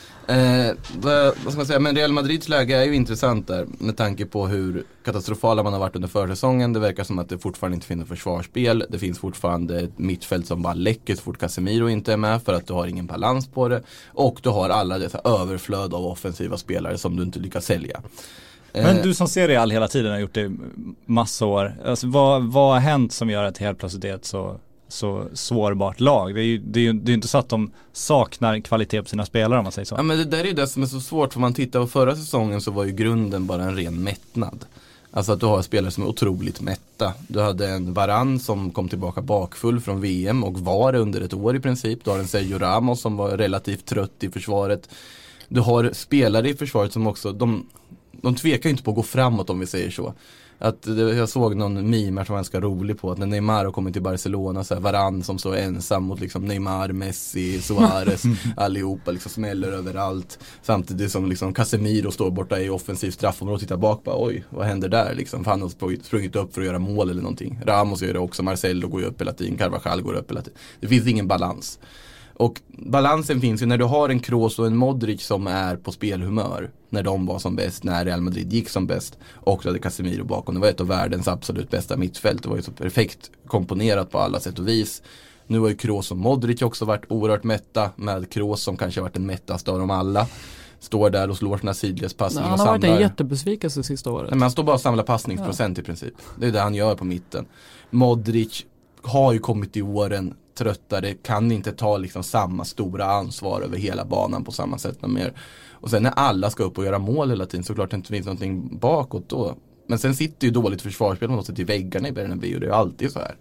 Vad ska man säga, men Real Madrids läge är ju intressant där med tanke på hur katastrofala man har varit under försäsongen. Det verkar som att det fortfarande inte finns försvarsspel. Det finns fortfarande ett mittfält som bara läcker så fort Casemiro inte är med för att du har ingen balans på det. Och du har alla dessa överflöd av offensiva spelare som du inte lyckas sälja. Men du som ser Real hela tiden har gjort det massa år. Alltså, vad har hänt som gör att helt plötsligt det är ett så sårbart lag? Det är ju inte så att de saknar kvalitet på sina spelare om man säger så. Ja, men det där är ju det som är så svårt, för man tittar på förra säsongen så var ju grunden bara en ren mättnad. Alltså att du har spelare som är otroligt mätta. Du hade en Varane som kom tillbaka bakfull från VM och var under ett år i princip. Du har en Sergio Ramos som var relativt trött i försvaret. Du har spelare i försvaret som också, de tvekar ju inte på att gå framåt om vi säger så. Jag såg någon meme som var ganska rolig på att när Neymar har kommit till Barcelona så här, Varane som står ensam mot liksom Neymar, Messi, Suarez allihopa liksom smäller överallt, samtidigt som liksom Casemiro står borta i offensiv straffområde och tittar bak bara, oj, vad händer där liksom, för han har sprungit upp för att göra mål eller någonting. Ramos gör det också, Marcelo går ju upp hela tiden, Carvajal går upp hela tiden. Det finns ingen balans. Och balansen finns ju när du har en Kroos och en Modric som är på spelhumör. När de var som bäst, när Real Madrid gick som bäst. Och så hade Casemiro bakom. Det var ett av världens absolut bästa mittfält. Det var ju så perfekt komponerat på alla sätt och vis. Nu har ju Kroos och Modric också varit oerhört mätta. Med Kroos som kanske har varit den mättaste av dem alla. Står där och slår sina sidledspassningar. Han har varit en jättebesvikelse sista året. Nej, men han står bara och samlar passningsprocent i princip. Det är det han gör på mitten. Modric har ju kommit i åren tröttare, kan inte ta liksom samma stora ansvar över hela banan på samma sätt mer. Och sen när alla ska upp och göra mål hela tiden så klart det inte finns någonting bakåt då. Men sen sitter ju dåligt försvarsspel mot sig till väggarna i Bernabéu och det är alltid så här.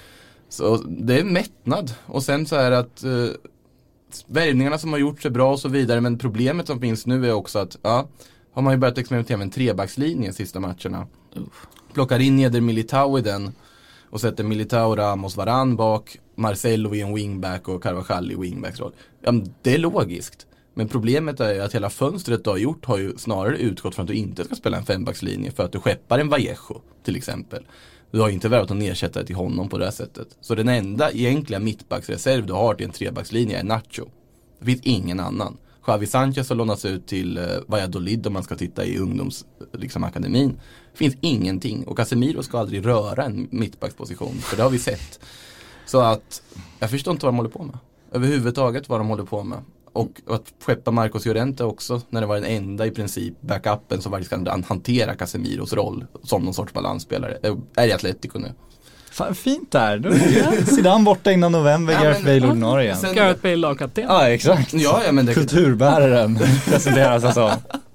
Så det är mättnad. Och sen så är det att värvningarna som har gjorts är bra och så vidare, men problemet som finns nu är också att har man ju börjat experimentera med en trebackslinje de sista matcherna. Plockar in Eder Militao i den och sätter Militao, Ramos, Varane bak, Marcelo i en wingback och Carvajal i wingbacksroll. Ja, det är logiskt. Men problemet är att hela fönstret du har gjort har ju snarare utgått från att du inte ska spela en fembackslinje för att du skeppar en Vallejo till exempel. Du har inte värvat att ersätta till honom på det här sättet. Så den enda egentliga mittbacksreserv du har till en trebackslinje är Nacho. Det finns ingen annan. Xavi Sanchez har lånats ut till Valladolid om man ska titta i ungdomsakademin. Det finns ingenting. Och Casemiro ska aldrig röra en mittbacksposition. För det har vi sett. Så att jag förstår inte vad de håller på med. Överhuvudtaget vad de håller på med. Och att skeppa Marcos Llorente också, när det var den enda i princip backupen som faktiskt kan hantera Casemiros roll som någon sorts balansspelare. Är i Atletico nu. Fan, fint där. Zidane borta innan november, Gareth Bale ordinarie igen. Gareth Bale lagkapten. Ja, exakt. Ja, men det kulturbäraren presenteras alltså.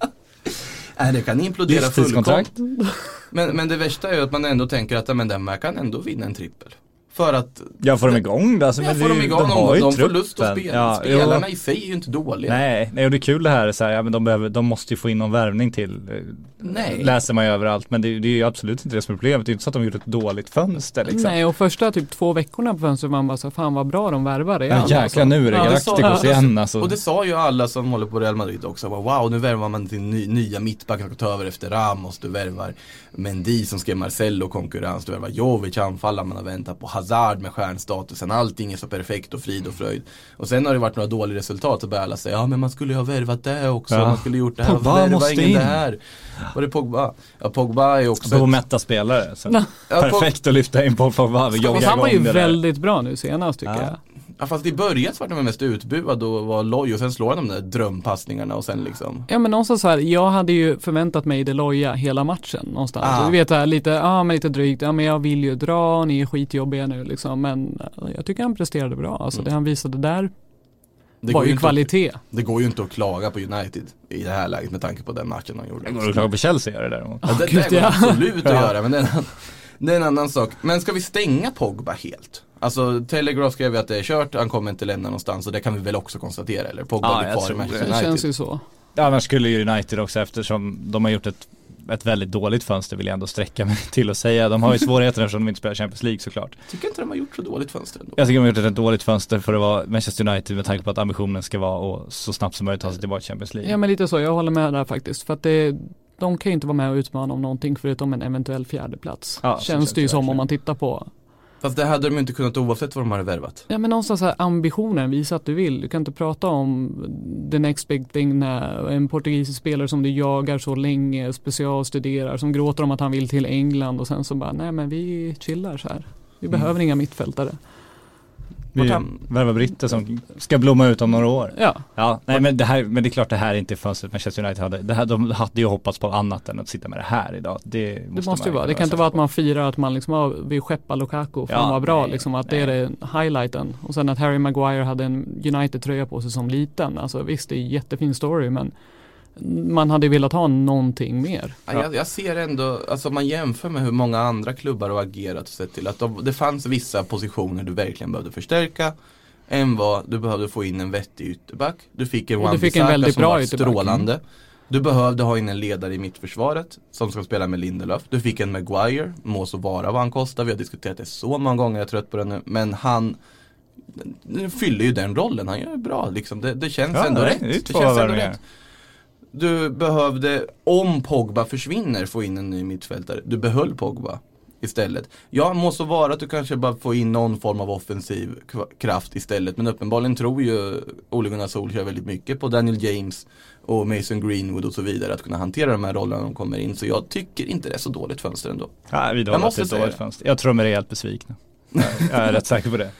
Det kan implodera fullkomligt. Men det värsta är ju att man ändå tänker att den kan ändå vinna en trippel. För att får de igång det alltså, men får de igång de har ju de får lust att spela. Spelarna i sig är ju inte dåliga. Nej, och det är kul det här så här, men de måste ju få in någon värvning till. Läser man ju överallt, men det är ju absolut inte det som är problemet. Det är inte så att de gjort ett dåligt fönster liksom. Nej, och första typ 2 veckorna på fönstret man bara så fan vad bra de värvar det. Ja, jäklar, nu är det Galacticos igen alltså. Och det sa ju alla som håller på Real Madrid också. Wow, nu värvar man till nya mittbackar som ska ta över efter Ramos. Du värvar Mendy som ska Marcelo konkurrens. Du värvar Jovic anfallare man har väntat på. Hazard med stjärnstatusen. Allting är så perfekt och frid och fröjd. Och sen har det varit några dåliga resultat och börjar alla säga men man skulle ju ha värvat det också. Man skulle gjort det här. Pogba måste in. Det här. Var det Pogba? Ja, Pogba är också på mätta spelare. Så perfekt att lyfta in på Pogba. Han var ju väldigt bra nu senast tycker jag. Ja, fast i början så var de mest utbuad och var loj och sen slår de där drömpassningarna och sen liksom. Ja, men någonstans så här, jag hade ju förväntat mig det loja hela matchen någonstans. Du vet det här lite, men lite drygt. Ja, men jag vill ju dra, ni är skitjobbiga nu liksom. Men jag tycker han presterade bra. Alltså det han visade där var ju kvalitet. Det går ju inte att klaga på United i det här läget med tanke på den matchen de gjorde. Det går att klaga på Chelsea gör det däremot. Det går absolut att göra, men det är en annan sak. Men ska vi stänga Pogba helt? Alltså Telegraph skrev att det är kört, han kommer inte lämna någonstans, och det kan vi väl också konstatera, eller? Pogba blir kvar i Manchester United. Det känns ju så. Ja, annars skulle ju United också, eftersom de har gjort ett väldigt dåligt fönster, vill jag ändå sträcka mig till att säga. De har ju svårigheter eftersom de inte spelar Champions League såklart. Tycker inte de har gjort så dåligt fönster ändå? Jag tycker de har gjort ett dåligt fönster för att vara Manchester United med tanke på att ambitionen ska vara att så snabbt som möjligt ta sig tillbaka till Champions League. Ja, men lite så, jag håller med där faktiskt. För att de kan ju inte vara med och utmana om någonting förutom en eventuell fjärdeplats. Ja, känns det ju som om man tittar på. Fast det hade de inte kunnat oavsett vad de hade värvat. Ja, men någonstans här ambitionen, visa att du vill. Du kan inte prata om the next big thing när en portugisisk spelare som du jagar så länge, specialstuderar, som gråter om att han vill till England och sen så bara, nej men vi chillar så här. Vi behöver inga mittfältare. Vi värvar britter som ska blomma ut om några år. Ja. Nej, men det är klart det här är inte fönstret Manchester United hade. De hade ju hoppats på annat än att sitta med det här idag. Det måste ju vara. Det kan inte vara att man firar att man liksom vill skeppa Lukaku för han var bra, liksom att det är det highlighten. Och sen att Harry Maguire hade en United-tröja på sig som liten. Alltså visst, det är en jättefin story, men man hade velat ha någonting mer. Ja, jag ser ändå, alltså man jämför med hur många andra klubbar har agerat och sett till att det fanns vissa positioner du verkligen behövde förstärka än vad du behövde få in en vettig ytterback. Du fick en väldigt som bra var strålande. Du behövde ha in en ledare i mittförsvaret som ska spela med Lindelöf. Du fick en Maguire, må så vara vad han kostar. Vi har diskuterat det så många gånger, jag är trött på det nu. Men han fyller ju den rollen, han gör bra liksom. Det känns ändå rätt. Det känns ändå rätt. Du behövde, om Pogba försvinner, få in en ny mittfältare. Du behöll Pogba istället. Ja, måste vara att du kanske bara får in någon form av offensiv kraft istället. Men uppenbarligen tror ju Ole Gunnar Solskjaer väldigt mycket på Daniel James och Mason Greenwood och så vidare att kunna hantera de här rollerna när de kommer in. Så jag tycker inte det är så dåligt fönster ändå. Ja, jag måste säga dåligt fönster. Jag tror de är rejält besvikna. Jag är rätt säker på det.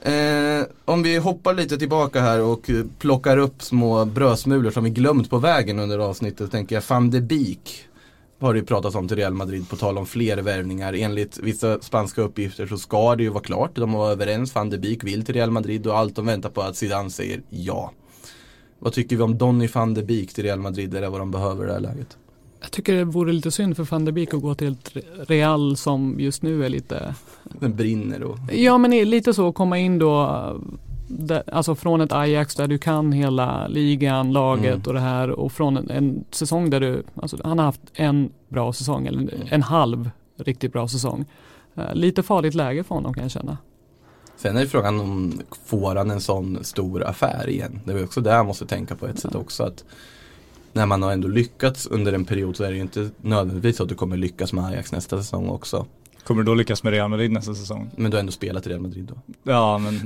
Om vi hoppar lite tillbaka här och plockar upp små brödsmulor som vi glömt på vägen under avsnittet, tänker jag Van de Beek har det ju pratats om till Real Madrid på tal om fler värvningar. Enligt vissa spanska uppgifter så ska det ju vara klart. De var överens, Van de Beek vill till Real Madrid och allt de väntar på att Zidane säger ja. Vad tycker vi om Donny van de Beek till Real Madrid? Är det vad de behöver i det här läget? Jag tycker det vore lite synd för Van de Beek att gå till ett Real som just nu är lite... Den brinner då. Ja, men lite så, komma in då alltså från ett Ajax där du kan hela ligan, laget och det här, och från en säsong där du, alltså han har haft en bra säsong eller en halv riktigt bra säsong. Lite farligt läge för honom kan jag känna. Sen är det frågan om får han en sån stor affär igen. Det är också det jag måste tänka på ett sätt också, att när man har ändå lyckats under en period så är det ju inte nödvändigtvis så att du kommer lyckas med Ajax nästa säsong också. Kommer du då lyckas med Real Madrid nästa säsong? Men du har ändå spelat i Real Madrid då. Ja, men...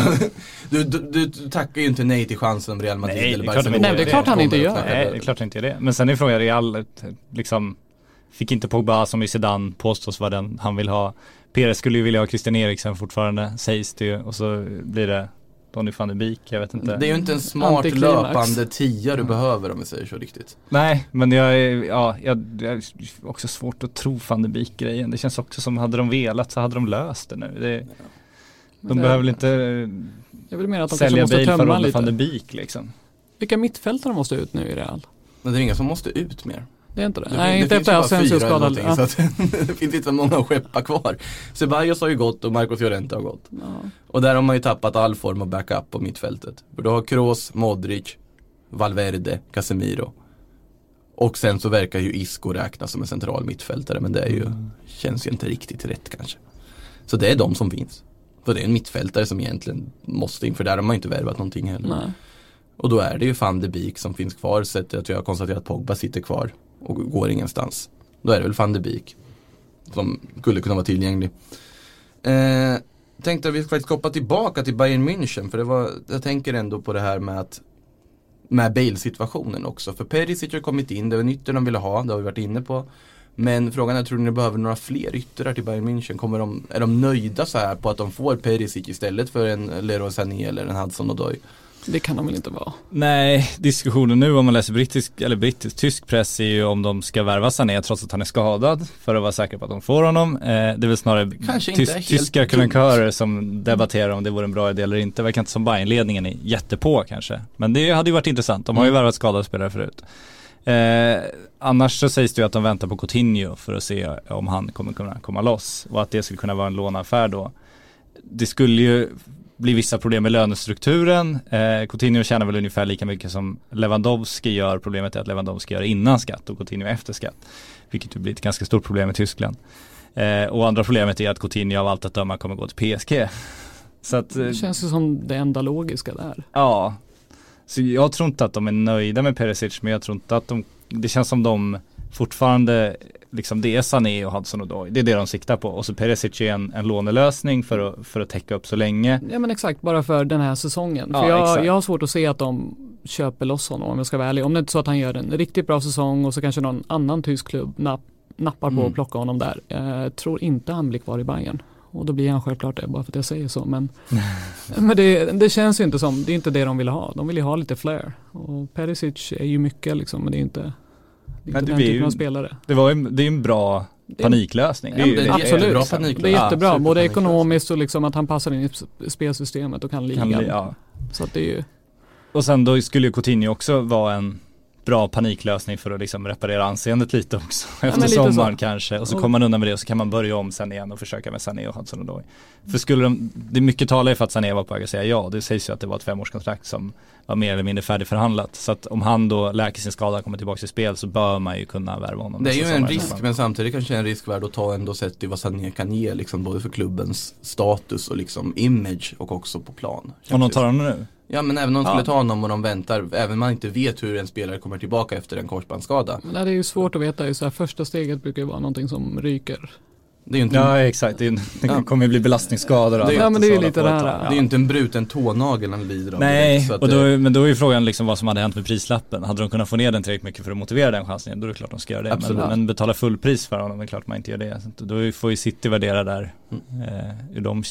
du tackar ju inte nej till chansen om Real Madrid. Nej, eller det är klart han inte gör. Nej, det är klart han inte gör det. Men sen är frågan, Real liksom, fick inte Pogba som i Zidane påstås vara den han vill ha. Perez skulle ju vilja ha Christian Eriksen fortfarande, sägs det ju. Och så blir det Donny van de Beek, jag vet inte. Det är ju inte en smart löpande 10 du behöver om vi säger så riktigt. Nej, men jag är också svårt att tro van de Beek-grejen. Det känns också som hade de velat så hade de löst det nu. De behöver väl inte jag vill mena att de sälja måste bil för tömma van de Beek liksom. Vilka mittfältare måste ut nu i Real? Men det är inga som måste ut mer. Det är inte det. Nej, inte efter Asensio skadad. Ja. Så att det finns inte så många att skeppa kvar. Ceballos har ju gått och Marcos Llorente har gått. Ja. Och där har man ju tappat all form av backup på mittfältet. För då har Kroos, Modric, Valverde, Casemiro. Och sen så verkar ju Isco räknas som en central mittfältare. Men det är ju, känns ju inte riktigt rätt kanske. Så det är de som finns. För det är en mittfältare som egentligen måste in. För där har man ju inte värvat någonting heller. Nej. Och då är det ju Van de Beek som finns kvar. Så att jag har konstaterat att Pogba sitter kvar och går ingenstans. Då är det väl Van de Beek som skulle kunna vara tillgänglig. Tänkte att vi faktiskt hoppa tillbaka till Bayern München. För jag tänker ändå på det här med Bale-situationen också. För Perisic har kommit in, det var en ytter de ville ha, det har vi varit inne på. Men frågan är, tror ni behöver några fler yttrar till Bayern München? Är de nöjda så här på att de får Perisic istället för en Leroy Sané eller en Hudson-Odoi? Det kan de väl inte vara. Nej, diskussionen nu om man läser tysk press är ju om de ska värva Sané trots att han är skadad för att vara säker på att de får honom. Det är väl snarare tyska krönikörer som debatterar om det vore en bra idé eller inte. Verkar inte som Bayern-ledningen är jättepå kanske. Men det hade ju varit intressant. De har ju värvat skadade spelare förut. Annars så sägs det ju att de väntar på Coutinho för att se om han kommer kunna komma loss och att det skulle kunna vara en låneaffär då. Det skulle ju bli vissa problem med lönestrukturen. Coutinho tjänar väl ungefär lika mycket som Lewandowski gör. Problemet är att Lewandowski gör innan skatt och Coutinho efter skatt, vilket blir ett ganska stort problem i Tyskland. Och andra problemet är att Coutinho av allt att döma kommer gå till PSG. Så att, det känns ju som det enda logiska där. Ja. Så jag tror inte att de är nöjda med Perisic, men jag tror inte att det känns som de fortfarande liksom, det är Sané och Hudson-Odoi. Det är det de siktar på. Och så Perisic är en lånelösning för att täcka upp så länge. Ja men exakt, bara för den här säsongen. Ja, för jag har svårt att se att de köper loss honom om jag ska vara ärlig. Om det är inte så att han gör en riktigt bra säsong och så kanske någon annan tysk klubb nappar på att plocka honom där. Jag tror inte han blir kvar i Bayern. Och då blir han självklart det, bara för att jag säger så. Men det känns ju inte som, det är inte det de vill ha. De vill ju ha lite flair. Och Perisic är ju mycket liksom, men det är inte den typen av spelare. Det är en bra paniklösning. Ja, det är absolut. Bra paniklösning. Det är jättebra, både ekonomiskt och liksom att han passar in i spelsystemet och kan ligan. Ja. Så att det är ju... Och sen då skulle ju Coutinho också vara en bra paniklösning för att liksom reparera anseendet lite också efter sommaren kanske, och så kommer man undan med det och så kan man börja om sen igen och försöka med Sané och Hudson-Odoi. För det är mycket talar för att Sané var på väg att säga ja. Det sägs ju att det var ett 5-årskontrakt som var mer eller mindre färdigförhandlat, så att om han då läker sin skada och kommer tillbaka till spel så bör man ju kunna värva honom. Det är ju en risk, men samtidigt kanske en risk värd att ta ändå sett i vad Sané kan ge liksom, både för klubbens status och liksom image och också på plan. Om de tar honom nu? Ja, men även om de skulle ta honom och de väntar, även om man inte vet hur en spelare kommer tillbaka efter en korsbandsskada. Nej, det är ju svårt att veta, så här, första steget brukar ju vara någonting som ryker. Det är ju inte exakt, det kommer ju bli belastningsskador. Men det är ju lite det här. Det är ju inte en bruten tånagel han lider av. Nej, direkt, så att men då är ju frågan liksom vad som hade hänt med prislappen. Hade de kunnat få ner den tillräckligt mycket för att motivera den chansen, då är det klart de ska göra det. Men betala full pris för honom, det är klart man inte gör det. Så då får ju City värdera där hur de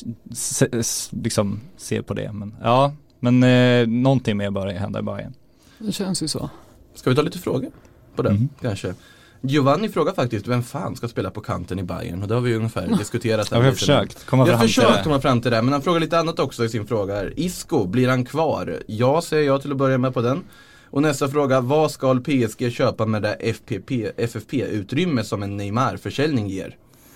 liksom ser på det. Men någonting mer bör hända i Bayern. Det känns ju så. Ska vi ta lite frågor på det kanske? Giovanni frågar faktiskt vem fan ska spela på kanten i Bayern, och det har vi ju ungefär diskuterat. Jag har försökt komma fram till det, men han frågar lite annat också i sin fråga här. Isco, blir han kvar? Ja, säger jag till att börja med på den. Och nästa fråga, vad ska PSG köpa med det FFP-utrymme som en Neymar-försäljning ger?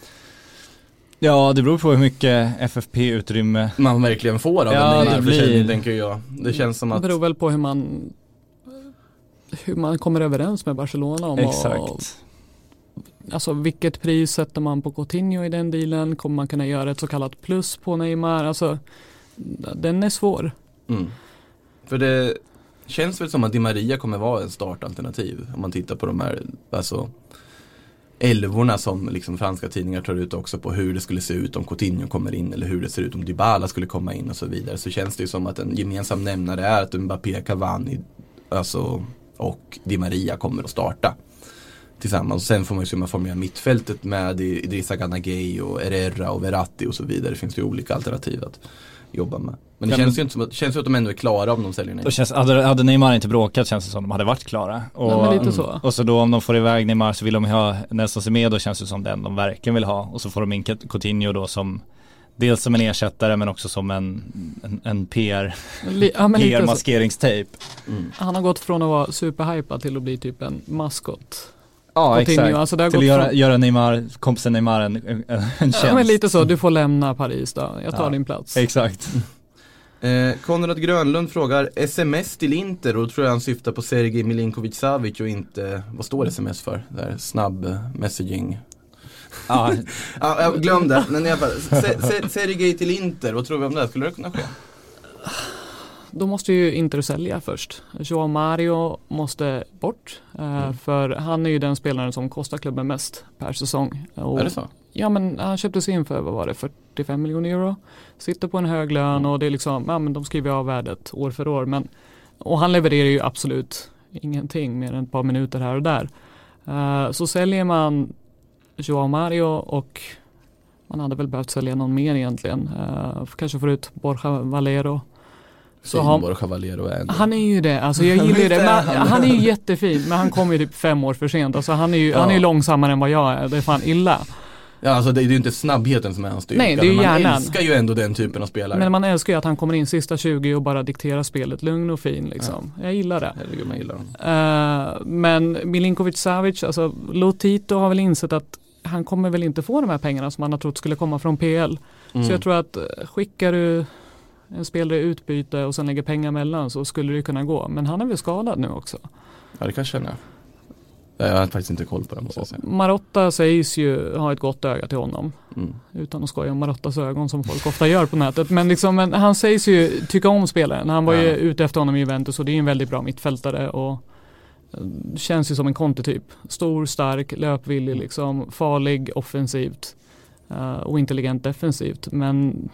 Ja, det beror på hur mycket FFP-utrymme man verkligen får av en Neymar-försäljning, tänker jag. Det känns som att... Det beror väl på hur man kommer överens med Barcelona om. Exakt. Alltså vilket pris sätter man på Coutinho i den dealen? Kommer man kunna göra ett så kallat plus på Neymar? Alltså den är svår. För det känns väl som att Di Maria kommer vara en startalternativ om man tittar på de här elvorna som liksom franska tidningar tar ut också på hur det skulle se ut om Coutinho kommer in, eller hur det ser ut om Dybala skulle komma in och så vidare. Så känns det ju som att en gemensam nämnare är att Mbappé, Cavani och Di Maria kommer att starta tillsammans. Sen får man ju se om man formerar mittfältet med Idrissa Gana Gueye och Herrera och Verratti och så vidare. Det finns ju olika alternativ att jobba med. Men det känns ju inte som att de ändå är klara om de säljer Neymar. Hade Neymar inte bråkat känns det som de hade varit klara. Och så då om de får iväg Neymar så vill de ha Nelson Semedo, känns det som den de verkligen vill ha. Och så får de in Coutinho då som dels som en ersättare men också som en PR-maskeringstejp. Han har gått från att vara superhypad till att bli typ en maskot. Ja, exakt. Alltså till att göra kompisen Neymar en tjänst. Ja, men lite så, du får lämna Paris då. Jag tar din plats. Exakt. Konrad Grönlund frågar SMS till Inter, och då tror jag han syftar på Sergej Milinkovic-Savic och inte, vad står SMS för? Där, snabb messaging. Jag glömde, men i alla fall Sergej till Inter, vad tror vi om det? Skulle det kunna ske? Då måste ju Inter sälja först. Joao Mario måste bort. För han är ju den spelaren som kostar klubben mest per säsong. Är det så? Ja, men han köptes in för, vad var det, 45 miljoner euro. Sitter på en hög lön och det är liksom, men de skriver av värdet år för år. Och han levererar ju absolut ingenting mer än ett par minuter här och där. Så säljer man Joao Mario, och man hade väl behövt sälja någon mer egentligen. Kanske få ut Borja Valero Finborg Cavallero är ändå. Han är ju det, alltså jag gillar ju det. Men han är ju jättefin, men han kommer ju typ 5 år för sent. Alltså han är ju långsammare än vad jag är. Det är fan illa. Ja, alltså det är ju inte snabbheten som är hans styrka. Nej, det är ju man hjärnan. älskar ju ändå den typen av spelare. Men man älskar ju att han kommer in sista 20 och bara dikterar spelet lugn och fin liksom. Jag gillar det. Herregud, man gillar honom. Men Milinkovic Savic, alltså Lotito har väl insett att han kommer väl inte få de här pengarna som han har trott skulle komma från PL. Så jag tror att skickar du en spelare utbyte och sen lägger pengar mellan så skulle det kunna gå. Men han är väl skadad nu också. Ja, det kanske är. Jag har faktiskt inte koll på det, måste jag säga. Marotta sägs ju ha ett gott öga till honom. Utan att skoja om Marottas ögon som folk ofta gör på nätet. Men han sägs ju tycka om spelaren. Han var ju ute efter honom i Juventus och det är en väldigt bra mittfältare och känns ju som en Conte-typ. Stor, stark, löpvillig liksom, farlig offensivt och intelligent defensivt. Men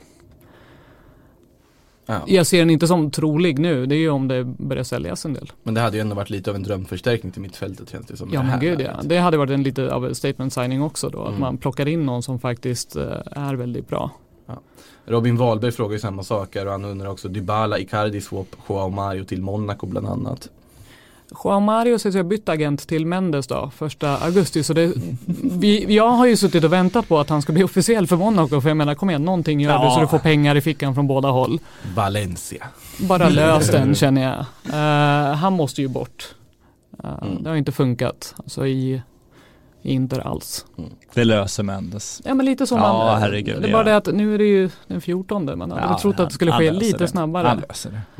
jag ser den inte som trolig nu. Det är ju om det börjar säljas en del. Men det hade ju ändå varit lite av en drömförstärkning till mittfältet, känns det som. Ja, men gud, ja. Det hade varit en lite av en statement signing också då. Att man plockar in någon som faktiskt är väldigt bra. Ja. Robin Wahlberg frågar ju samma saker och han undrar också Dybala, Icardi swap, Joao Mario till Monaco bland annat. Joao Mario sägs jag bytt agent till Mendes då, 1 augusti. Så jag har ju suttit och väntat på att han ska bli officiell för Monaco. För jag menar, kom igen, någonting gör du så du får pengar i fickan från båda håll. Valencia. Bara lös den, känner jag. Han måste ju bort. Det har inte funkat. Alltså i Inter alls. Det löser Mendes. Ja, men lite som herregud. Det är bara det att nu är det ju den 14:e. Man hade trott att det skulle ske lite snabbare. Han löser det.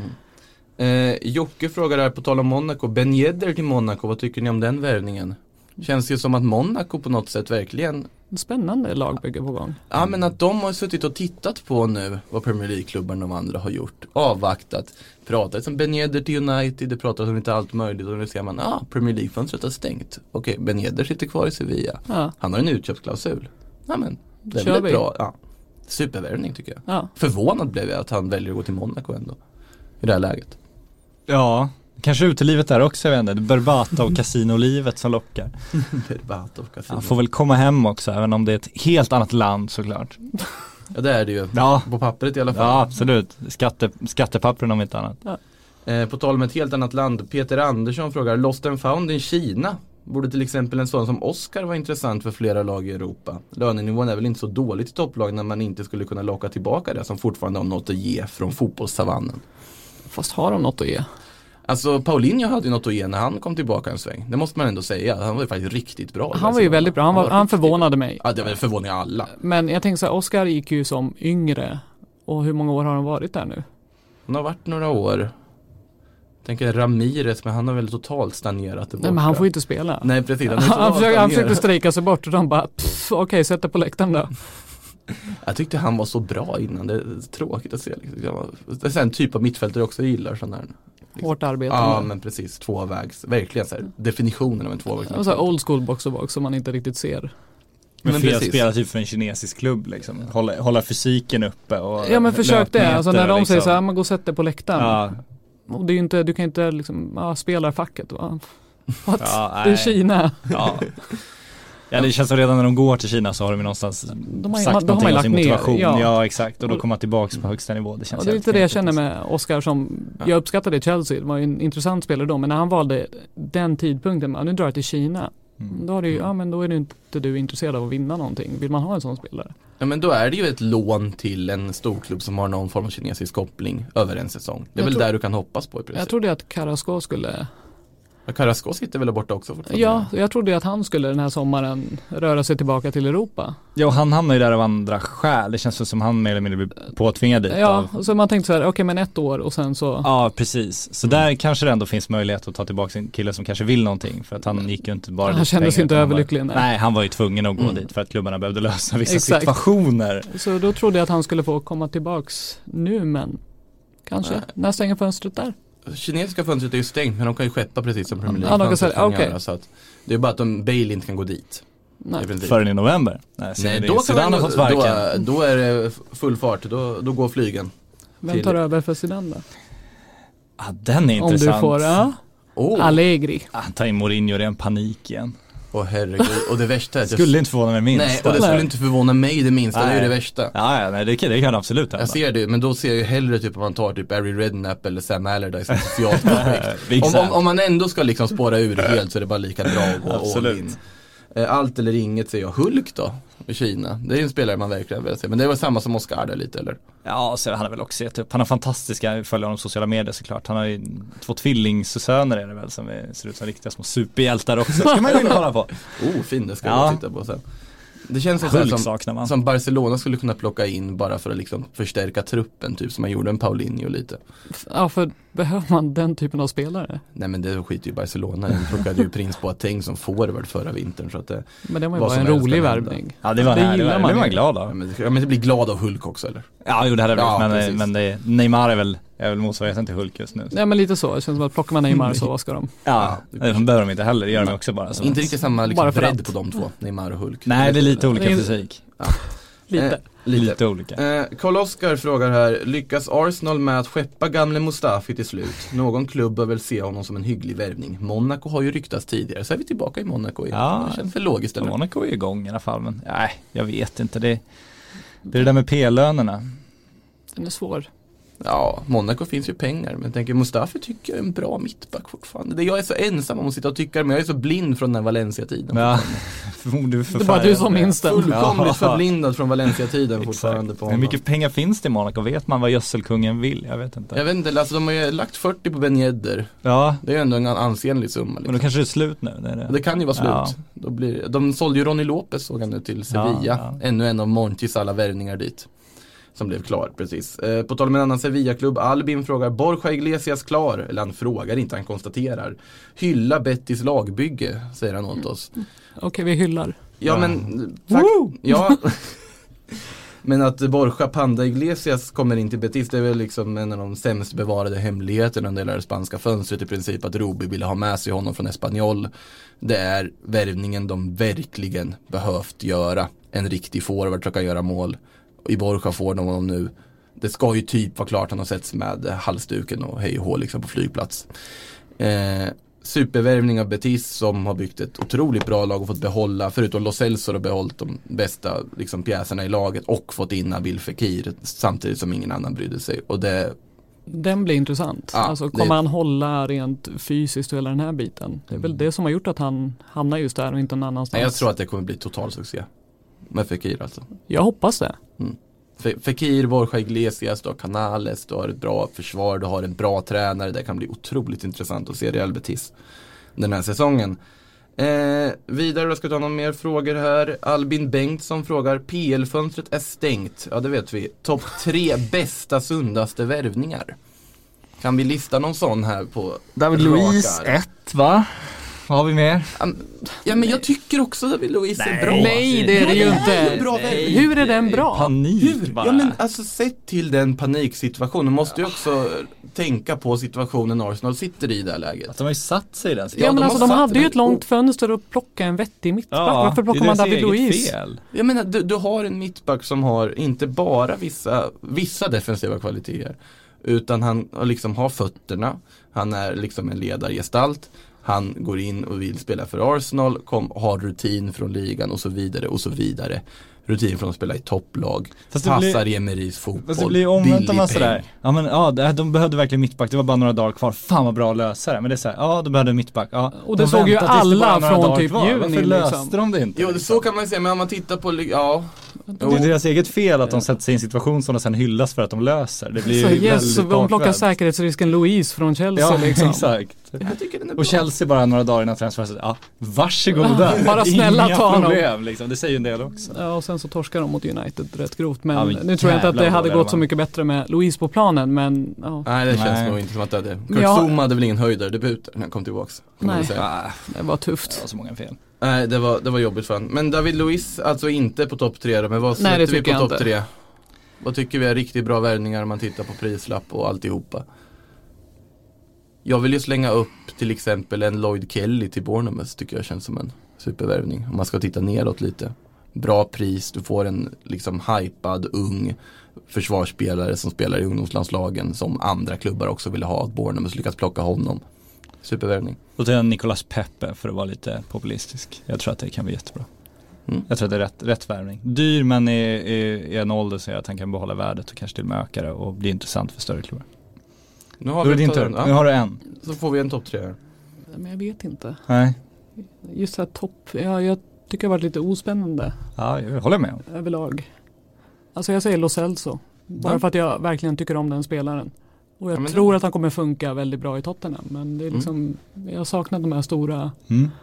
Jocke frågar här på tal om Monaco. Ben Yedder till Monaco, vad tycker ni om den värvningen? Känns ju som att Monaco på något sätt verkligen... Spännande lagbygge på gång. Ja, men att de har suttit och tittat på nu vad Premier League-klubbarna de andra har gjort. Avvaktat. Pratat som Ben Yedder till United, det pratas om inte allt möjligt. Och nu ser man, Premier League-fönstret har stängt. Okej, Ben Yedder sitter kvar i Sevilla. Ja. Han har en utköpsklausul. Ja, men det är väldigt bra. Ja. Supervärvning tycker jag. Ja. Förvånad blev jag att han väljer att gå till Monaco ändå. I det här läget. Ja, kanske utelivet där också, jag vet inte. Berbata och kasinolivet som lockar. Berbata och kasino. Han får väl komma hem också, även om det är ett helt annat land såklart. Ja, det är det ju. Ja. På pappret i alla fall. Ja, absolut. Skattepappren om inte annat. Ja. På tal om ett helt annat land, Peter Andersson frågar, Lost and found i Kina. Borde till exempel en sån som Oscar vara intressant för flera lag i Europa? Lönenivån är väl inte så dåligt i topplag när man inte skulle kunna locka tillbaka det som fortfarande har något att ge från fotbollssavannen. Fast har de något att ge? Alltså Paulinho hade ju något att ge när han kom tillbaka en sväng. Det måste man ändå säga. Han var ju faktiskt riktigt bra. Han var ju väldigt bra. Han förvånade mig. Ja, det var förvånade alla. Men jag tänker så här, Oscar gick ju som yngre. Och hur många år har han varit där nu? Han har varit några år. Jag tänker Ramirez, men han har väl totalt stagnerat. Nej, men han får ju inte spela. Nej, precis. Han försökte strejka sig bort och de bara, okej, sätt det på läktaren då. Jag tyckte han var så bra innan. Det är tråkigt att se. Liksom. Det är en typ av mittfältare också gillar sån här. Liksom. Hårt arbete. Ja, men precis. Tvåvägs. Verkligen så här. Definitionen av en tvåvägs. Och så här old school box som man inte riktigt ser. Men fel spelar typ för en kinesisk klubb liksom. Hålla fysiken uppe och ja, men försök det. Alltså när de liksom. Säger så här, man går och sätter på läktaren. Ja. Och det är ju inte, du kan inte liksom, spelarfacket va? Det är Kina. Ja. Ja, det känns som redan när de går till Kina så har de ju någonstans sagt någonting om sin motivation. Ja, exakt. Och då kommer man tillbaka på högsta nivå. Det känns och det är lite det jag känner med Oscar som, jag uppskattade i Chelsea. Det var ju en intressant spelare då. Men när han valde den tidpunkten, nu drar jag till Kina. Då är det ju, men då är det inte du intresserad av att vinna någonting. Vill man ha en sån spelare? Ja, men då är det ju ett lån till en storklubb som har någon form av kinesisk koppling över en säsong. Det är väl där du kan hoppas på i princip. Jag trodde att Carrasco skulle... Carrasco sitter väl borta också fortfarande? Ja, jag trodde att han skulle den här sommaren röra sig tillbaka till Europa. Ja, och han hamnar ju där av andra skäl. Det känns som han mer eller mindre blir påtvingad dit. Ja, så man tänkte så här, okej, men 1 år och sen så... Ja, precis. Så där kanske det ändå finns möjlighet att ta tillbaka en kille som kanske vill någonting. För att han gick ju inte bara... Han kändes inte överlycklig. Nej, han var ju tvungen att gå dit för att klubbarna behövde lösa vissa situationer. Så då trodde jag att han skulle få komma tillbaks nu, men kanske. När stänger fönstret där? Kinesiska fönstret är ju stängt, men de kan ju skeppa precis som Premier League. Ja, de kan säga, okej. Så att det är bara att Bale inte kan gå dit. Förrän i november. Nej, då är det full fart. Då går flygen. Vem tar över för Zidane då? Ja, den är intressant. Om du får, Allegri. Ta in Mourinho, det är en panik igen. Åh herregud, och det värsta är att Skulle inte förvåna mig minst. Nej, och det skulle inte förvåna mig det minsta, det är ju det värsta. Ja, nej, det kan absolut hända. Jag ser det, men då ser jag ju hellre typ om man tar typ Barry Redknapp eller Sam Allardyce som socialt projekt. Om man ändå ska liksom spåra ur helt så är det bara lika bra att gå all in. Allt eller inget säger jag. Hulk då, i Kina. Det är en spelare man verkligen vill se. Men det var samma som Oscar där lite, eller? Ja, så han har väl också gett upp. Han har fantastiska följare på sociala medier såklart. Han har ju 2 tvillingsöner är det väl som ser ut som riktiga små superhjältar också. Det ska man ju vilja kolla på. Fin, det ska jag titta på sen. Det känns som Barcelona skulle kunna plocka in bara för att liksom förstärka truppen, typ som man gjorde en Paulinho lite. Ja, för behöver man den typen av spelare? Nej, men det skiter ju Barcelona. De plockade ju Prins Boateng som forward förra vintern, så att det. Men det var ju bara en rolig värvning. Ja, det var det man glad av. Ja, men det blir glad av Hulk också, eller? Ja, jo, det hade blivit, men Neymar är väl motsvarigheten till Hulk just nu. Nej, men lite så. Det känns som att plockar man Neymar så vad ska de? Ja, det behöver de inte heller. Det gör de också bara. Så. Inte riktigt samma liksom bredd på de två, Neymar och Hulk. Nej, det är lite olika fysik. Ja. Lite olika. Karl Oskar frågar här: lyckas Arsenal med att skeppa gamle Mustafi till slut? Någon klubb bör väl se honom som en hygglig värvning. Monaco har ju ryktats tidigare, så är vi tillbaka i Monaco igen. Ja, det känns för logiskt, eller? Monaco är igång i alla fall, men nej, jag vet inte. Det är det där med P-lönerna. Den är svår. Ja, Monaco finns ju pengar, men jag tänker Mustafi tycker jag är en bra mittback fortfarande. Jag är så ensam om att sitta och tycka, men jag är så blind från den här Valencia-tiden. Ja, det är bara du som minns den. Fullkomligt förblindad från Valencia-tiden fortfarande på honom. Hur mycket pengar finns det i Monaco? Vet man vad gödselkungen vill? Jag vet inte, alltså de har ju lagt 40 på Ben Yedder. Ja. Det är ju ändå en ansenlig summa liksom. Men då kanske det är slut nu. Det kan ju vara slut. Ja. De sålde ju Ronny Lopez, såg han nu, till Sevilla. Ja. Ännu en av Montis alla värvningar dit. Som blev klar, precis. På tal om en annan Sevilla-klubb, Albin frågar: Borja Iglesias klar? Eller han frågar inte, han konstaterar. Hylla Betis lagbygge, säger han åt oss. Okej, vi hyllar. Ja, men men att Borja Panda Iglesias kommer in till Betis, det är väl liksom en av de sämst bevarade hemligheterna under det spanska fönstret i princip, att Rubi ville ha med sig honom från Espanyol. Det är värvningen de verkligen behövt göra. En riktig forward som kan göra mål. I Borja får de honom nu. Det ska ju typ vara klart, han har setts med halsduken och hej och hå liksom på flygplats. Supervärvning av Betis, som har byggt ett otroligt bra lag och fått behålla, förutom Lo Celso, och behållit de bästa liksom pjäserna i laget och fått in Nabil Fekir samtidigt som ingen annan brydde sig. Och den blir intressant. Ja, alltså kommer han hålla rent fysiskt och hela den här biten? Det är väl det som har gjort att han hamnar just där och inte någon annanstans. Nej, jag tror att det kommer bli total succé med Fekir alltså. Jag hoppas det. Fekir, Borja Iglesias, du har Canales, du har ett bra försvar, du har en bra tränare. Det kan bli otroligt intressant att se Real Betis den här säsongen. Vidare, då ska vi ta någon mer frågor här. Albin Bengtsson frågar: PL-fönstret är stängt. Ja, det vet vi. Topp 3 bästa, sundaste värvningar. Kan vi lista någon sån här på David Luiz 1, va? Vad har vi mer? Ja, men jag tycker också att David Luiz är bra. Nej, det är det ju inte. Hur är den bra? Panik bara. Ja, men alltså sett till den paniksituationen måste ju också tänka på situationen Arsenal sitter i det här läget. Att de har ju satt sig i den situationen. Ja, men alltså de hade ju ett långt fönster att plocka en vettig mittback. Ja, varför plockar man David Luiz? Jag menar, du har en mittback som har inte bara vissa defensiva kvaliteter, utan han liksom har fötterna. Han är liksom en ledargestalt. Han går in och vill spela för Arsenal, har rutin från ligan och så vidare och så vidare. Rutin från att spela i topplag. Passar i Emerys fotboll. Fast det blir omvänt om man sådär. Ja, men de behövde verkligen mittback. Det var bara några dagar kvar. Fan vad bra att lösa det. Men det är såhär, de behövde mittback. Ja, och det såg ju alla från typ juni. Varför löste de det inte? Jo, så kan man säga. Men om man tittar på, det är deras eget fel att de sätter sig i en situation som de sen hyllas för att de löser. Det blir så yes, de plockar säkerhetsrisken Louise från Chelsea. Ja, liksom. Exakt. Och Chelsea bara några dagar innan transferfönstret. varsågoda. Bara snälla ta problem, liksom. Det säger ju en del också. Ja, och sen så torskar de mot United rätt grovt. Men nu tror jag inte att det hade gått så mycket bättre med Louise på planen. Men, nej, det känns nog inte som att det hade. Kurt Zuma hade väl ingen höjdare debut när han kom tillbaks. Nej, det var tufft. Det var så många fel. Nej, det var jobbigt för han. Men David Luiz alltså inte på topp 3 då. Men vad sätter vi på topp 3? Vad tycker vi är riktigt bra värvningar om man tittar på prislapp och alltihopa? Jag vill ju slänga upp till exempel en Lloyd Kelly till Bournemouth, tycker jag känns som en supervärvning. Om man ska titta neråt lite. Bra pris, du får en liksom hypad, ung försvarsspelare som spelar i ungdomslandslagen som andra klubbar också vill ha. Att Bournemouth lyckas plocka honom. Supervärvning. Och till Nicolas Pepe för att vara lite populistisk. Jag tror att det kan bli jättebra. Jag tror att det är rätt värvning. Dyr, men i en ålder så att han kan behålla värdet och kanske till och med öka det och bli intressant för större klubbar. Nu har vi din tur. Nu har du en. Så får vi en topp 3 här. Men jag vet inte. Nej. Just det här jag tycker det har varit lite ospännande. Ja, jag håller med. Överlag. Alltså jag säger Lo Celso. Bara för att jag verkligen tycker om den spelaren. Och jag tror att han kommer funka väldigt bra i Tottenham. Men det är liksom, jag har saknat de här stora...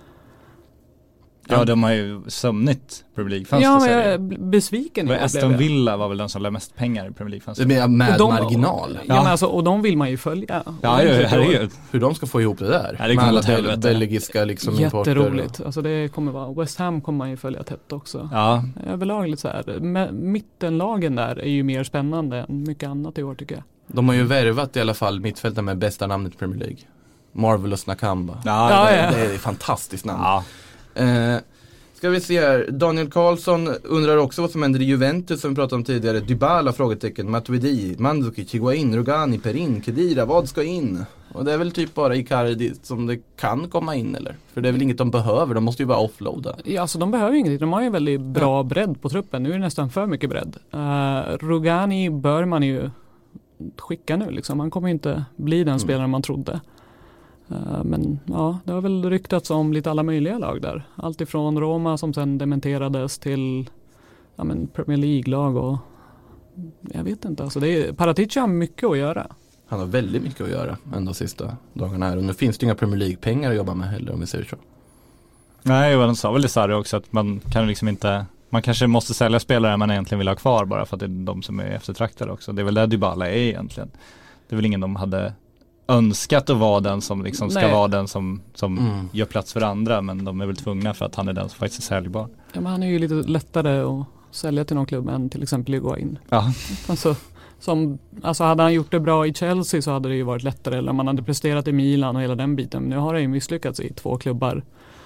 Ja, de har ju sömnigt Premier League-fönster. Ja, men jag är besviken. Aston Villa var väl den som lade mest pengar i Premier League-fönster. Det är med marginal. Ja, men alltså, och de vill man ju följa. Ja, herregud. Hur de ska få ihop det där. Ja, det kommer med alla belgiska liksom jätteroligt. Alltså det kommer vara, West Ham kommer man ju följa tätt också. Ja. Överlag lite så här. Mittenlagen där är ju mer spännande än mycket annat i år tycker jag. De har ju värvat i alla fall mittfältare med bästa namnet i Premier League. Marvelous Nakamba. Ja. Det är ett fantastiskt namn. Ja. Ska vi se här. Daniel Karlsson undrar också vad som händer i Juventus som vi pratade om tidigare. Dybala, frågetecken, Matuidi, Mandzukic, Higuain, Rugani, Perin, Khedira. Vad ska in? Och det är väl typ bara Icardi som det kan komma in eller? För det är väl inget de behöver, de måste ju bara offloada. Ja, alltså de behöver ju ingenting. De har ju en väldigt bra bredd på truppen. Nu är det nästan för mycket bredd. Rugani bör man ju skicka nu liksom. Han kommer ju inte bli den spelaren man trodde. Men ja, det har väl ryktats om lite alla möjliga lag där. Allt ifrån Roma som sen dementerades till Premier League-lag och jag vet inte. Alltså Paratici har mycket att göra. Han har väldigt mycket att göra ändå sista dagarna här. Och nu finns det inga Premier League-pengar att jobba med heller om vi säger så. Nej, och han sa väl det Sarri också att man kan liksom inte... Man kanske måste sälja spelare man egentligen vill ha kvar bara för att det är de som är eftertraktade också. Det är väl där Dybala är egentligen. Det är väl ingen de hade önskat att vara den som liksom ska vara den som gör plats för andra, men de är väl tvungna för att han är den som faktiskt är säljbar. Ja, men han är ju lite lättare att sälja till någon klubb än till exempel Higuain. Ja. Alltså hade han gjort det bra i Chelsea så hade det ju varit lättare, eller om man hade presterat i Milan och hela den biten. Men nu har han ju misslyckats i 2 klubbar.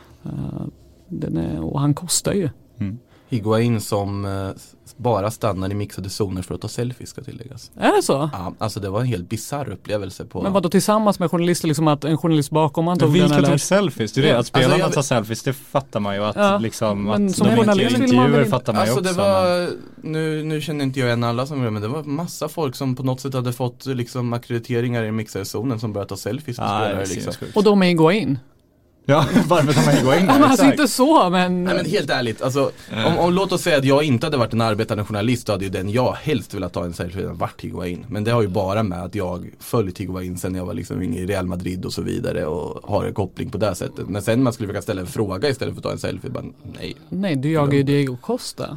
Och han kostar ju. Higuain som bara stannar i mixade zoner för att ta selfies ska tilläggas. Är det så? Ja, alltså det var en helt bizarr upplevelse på... Men vadå tillsammans med journalister, liksom att en journalist bakom man tog den eller... tog selfies? Det är det, att spelarna tar selfies, det fattar man ju. Att liksom, men att som de intervjuer fattar man ju också. Det var, nu känner inte jag igen alla som gjorde, men det var massa folk som på något sätt hade fått liksom akkrediteringar i mixade zonen som började ta selfies med spelare liksom. Och de är Higuain. Ja, varför tar man Higuain? Alltså inte så, men... Nej, men helt ärligt, alltså, om låt oss säga att jag inte hade varit en arbetande journalist, då hade ju den jag helst velat ta en selfie varit Higuain. Men det har ju bara med att jag följt Higuain sen jag var liksom i Real Madrid och så vidare och har en koppling på det sättet. Men sen man skulle försöka ställa en fråga istället för att ta en selfie, bara nej. Nej, du jagar ju Diego Costa.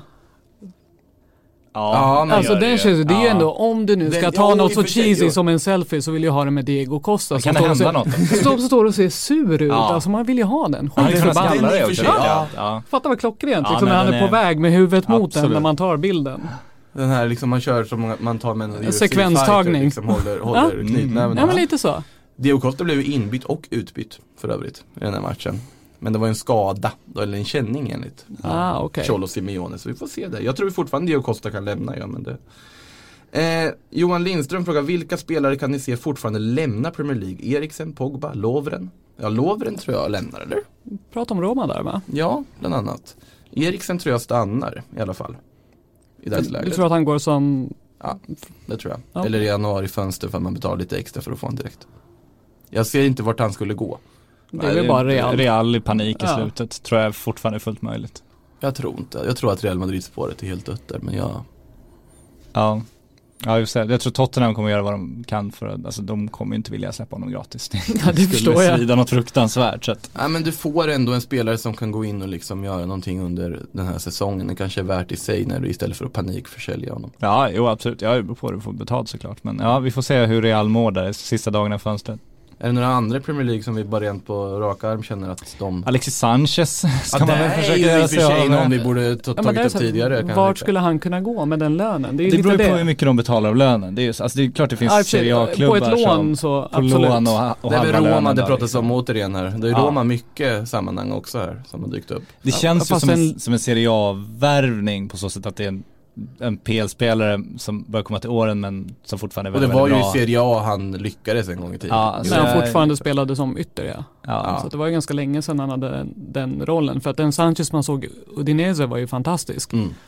Ja, men alltså den känns, det är ju ändå, om du nu ska ta något så cheesy som en selfie så vill jag ha det med Diego Costa. Kan det hända något? Så står och ser sur ut, alltså man vill ju ha den. Fattar vad klockrent, liksom när han är på väg med huvudet mot den när man tar bilden. Den här liksom man kör som man tar med en sekvenstagning. Liksom håller knytnäven. Ja, men lite så. Diego Costa blev inbytt och utbytt för övrigt i den här matchen. Men det var en skada, eller en känning enligt okay. Cholo Simeone, så vi får se det. Jag tror fortfarande Diego Costa kan lämna. Ja, men det. Johan Lindström frågar, vilka spelare kan ni se fortfarande lämna Premier League? Eriksen, Pogba, Lovren? Ja, Lovren tror jag lämnar, eller? Prata om Roma där, va? Ja, bland annat. Eriksen tror jag stannar, i alla fall. I det läget. Du tror att han går som... Ja, det tror jag. Ja. Eller i januari-fönster för att man betalar lite extra för att få en direkt. Jag ser inte vart han skulle gå. Det är väl bara Real i panik i slutet. Tror jag fortfarande är fullt möjligt. Jag tror inte. Jag tror att Real Madrid-spåret är helt dött där. Men Ja, jag tror Tottenham kommer göra vad de kan för att, alltså, de kommer inte vilja släppa honom gratis. Det förstår jag. Svida något fruktansvärt. Så att... Ja, men du får ändå en spelare som kan gå in och liksom göra någonting under den här säsongen. Det kanske är värt i sig när du istället för att panikförsälja honom. Ja, jo absolut. Jag är på det för betalt såklart. Men ja, vi får se hur Real mår där sista dagarna i fönstret. Är det några andra Premier League som vi bara rent på rak arm känner att de... Alexis Sanchez ska man väl försöka göra sig av med. Om vi borde tagit upp tidigare. Vart skulle han kunna gå med den lönen? Det beror på hur mycket de betalar av lönen. Det är klart det finns Serie A-klubbar på ett lån så på lån och det är väl Roma det pratas liksom om återigen här. Det är Roma mycket sammanhang också här som har dykt upp. Det känns ju som en Serie A-värvning på så sätt att det är en PL-spelare som börjar komma till åren men som fortfarande är och väldigt, det var ju väldigt i bra. Serie A han lyckades en gång i tiden. Ja, När han fortfarande spelade som ytter, Ja. Så det var ju ganska länge sedan han hade den rollen. För att den Sanchez man såg Udinese var ju fantastisk.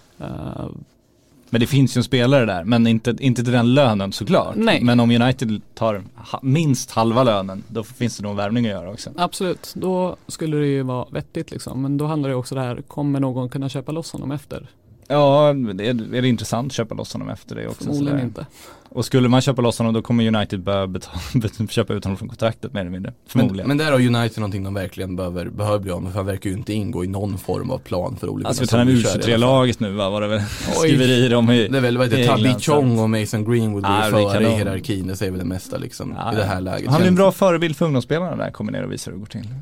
Men det finns ju en spelare där, men inte till den lönen såklart. Nej. Men om United tar minst halva lönen, då finns det nog en värvning att göra också. Absolut, då skulle det ju vara vettigt liksom. Men då handlar det också det här, kommer någon kunna köpa loss honom efter? Ja, är det intressant att köpa loss honom efter det också? Förmodligen inte. Och skulle man köpa loss honom, då kommer United börja köpa ut honom från kontraktet mer eller mindre. Förmodligen. Men där har United någonting de verkligen behöver bli av med, för han verkar ju inte ingå i någon form av plan för olika. Alltså vi tar hem U23-laget nu, var det väl skriverier om i det är väl, vad heter Tabi Chong och Mason Greenwood går före i hierarkin, det säger väl det mesta liksom i det här läget. Han blir en bra förebild för ungdomsspelarna där, kommer ner och visar hur det går till.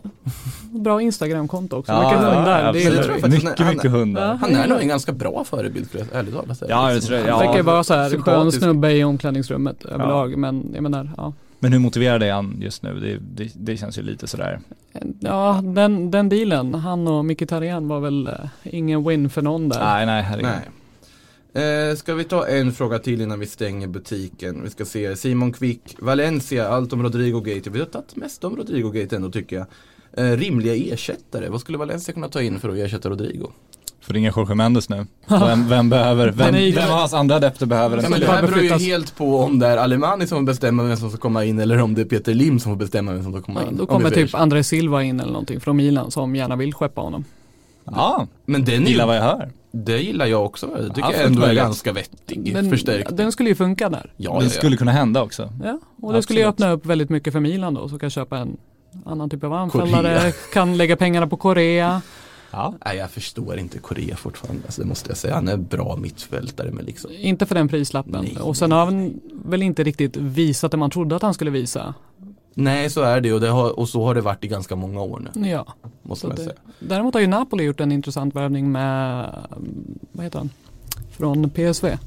Bra Instagram-konto också, mycket hundar. Det är mycket hundar. Han är nog en ganska bra förebild, för ärligt talat. Ja, det tror jag. Han verkar vara så här skön snubbe i omklädningsrummet överlag, men jag menar, Men hur motiverad är han just nu? Det känns ju lite sådär. Ja, den dealen, han och Mkhitaryan var väl ingen win för någon där. Nej, herregud. Ska vi ta en fråga till innan vi stänger butiken? Vi ska se, Simon Quick, Valencia, allt om Rodrigo Gate. Vi har tagit mest om Rodrigo Gate ändå, tycker jag. Rimliga ersättare, vad skulle Valencia kunna ta in för att ersätta Rodrigo? Får ringa Jorge Mendes nu. Vem av hans andra adepter behöver en? Men det här beror ju helt på om det är Alemani som bestämmer vem som ska komma in, eller om det är Peter Lim som får bestämma vem som ska komma in. Då kommer typ André Silva in eller någonting från Milan som gärna vill skeppa honom. Ja, men den gillar vad jag hör. Det gillar jag också. Det tycker jag ändå är ganska vettig förstärkning. Den skulle ju funka där. Det skulle kunna hända också. Ja, och det skulle ju öppna upp väldigt mycket för Milan då, så kan köpa en annan typ av anfallare, kan lägga pengarna på Korea. Ja. Nej, jag förstår inte Korea fortfarande, alltså, det måste jag säga. Han är bra mittfältare, men liksom inte för den prislappen. Nej. Och sen har han väl inte riktigt visat det man trodde att han skulle visa. Nej, så är det, och så har det varit i ganska många år nu. Ja, måste man säga. Däremot har ju Napoli gjort en intressant värvning med, vad heter han? Från PSV.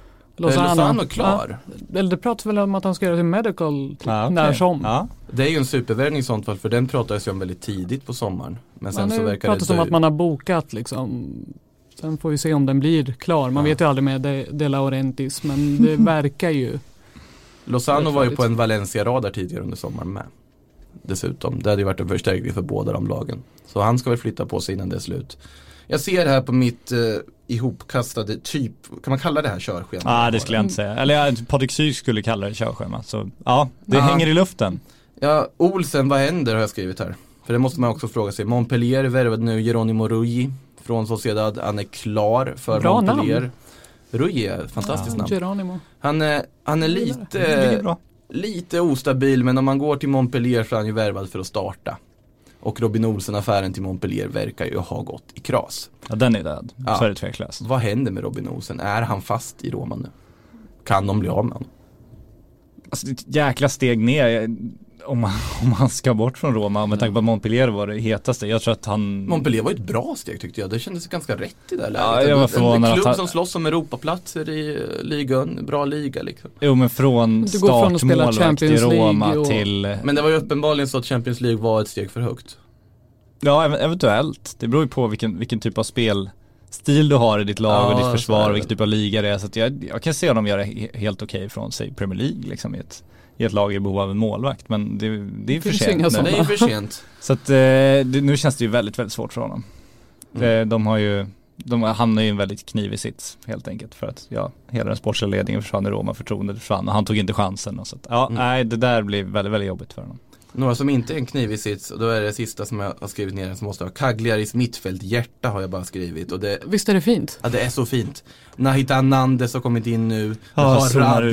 Lozano klar. Eller det pratas väl om att han ska göra till medical när som. Ja. Det är ju en supervärvning i sånt fall, för den pratades ju om väldigt tidigt på sommaren. Men sen så verkar det om att man har bokat liksom. Sen får vi se om den blir klar. Man vet ju aldrig med De Laurentiis, men det verkar ju. Lozano var ju på en Valencia-radar tidigare under sommaren med. Dessutom, det hade ju varit en förstärkning för båda de lagen. Så han ska väl flytta på sig innan det är slut. Jag ser här på mitt ihopkastade typ, kan man kalla det här körschema? Ja, det skulle jag inte säga. Eller Patrik Syk skulle kalla det körschema. Så ja, det hänger i luften. Ja, Olsen, vad händer har jag skrivit här. För det måste man också fråga sig. Montpellier värvade nu Geronimo Ruggi från Sociedad. Han är klar för bra Montpellier. Namn. Ruggi är ett fantastiskt namn. Geronimo. Han är lite ostabil, men om man går till Montpellier så är han ju värvad för att starta. Och Robin Olsen-affären till Montpellier verkar ju ha gått i kras. Ja, den är död. Så är det tveklöst. Vad händer med Robin Olsen? Är han fast i Roma nu? Kan de bli av med honom? Alltså det är ett jäkla steg ner om man ska bort från Roma. Med tanke på att Montpellier var det hetaste. Jag tror att Montpellier var ett bra steg, tyckte jag. Det kändes ganska rätt i det här läget. Ja, jag var förvånad en klubb som slåss om Europaplatser i ligan. Bra liga liksom. Jo, men från startmålvakt till Roma till... Men det var ju uppenbarligen så att Champions League var ett steg för högt. Ja, eventuellt. Det beror ju på vilken typ av spelstil du har i ditt lag och ditt försvar och vilken typ av liga det är. Så att jag kan se dem göra helt okej från sig Premier League liksom, i ett lag i behov av en målvakt. Men det är för sent. Men det är för sent. Så att nu känns det ju väldigt, väldigt svårt för honom. De hamnar ju en väldigt knivig sits helt enkelt, för att hela den sportsliga ledningen försvann i Roma, förtroendet försvann och han tog inte chansen. Och så att, nej, det där blir väldigt, väldigt jobbigt för honom. Några som inte är en knivig sits, och då är det sista som jag har skrivit ner, som måste ha Cagliaris mittfält, hjärta har jag bara skrivit. Och det, visst är det fint? Ja, det är så fint. Nahita Nandes har kommit in nu. Han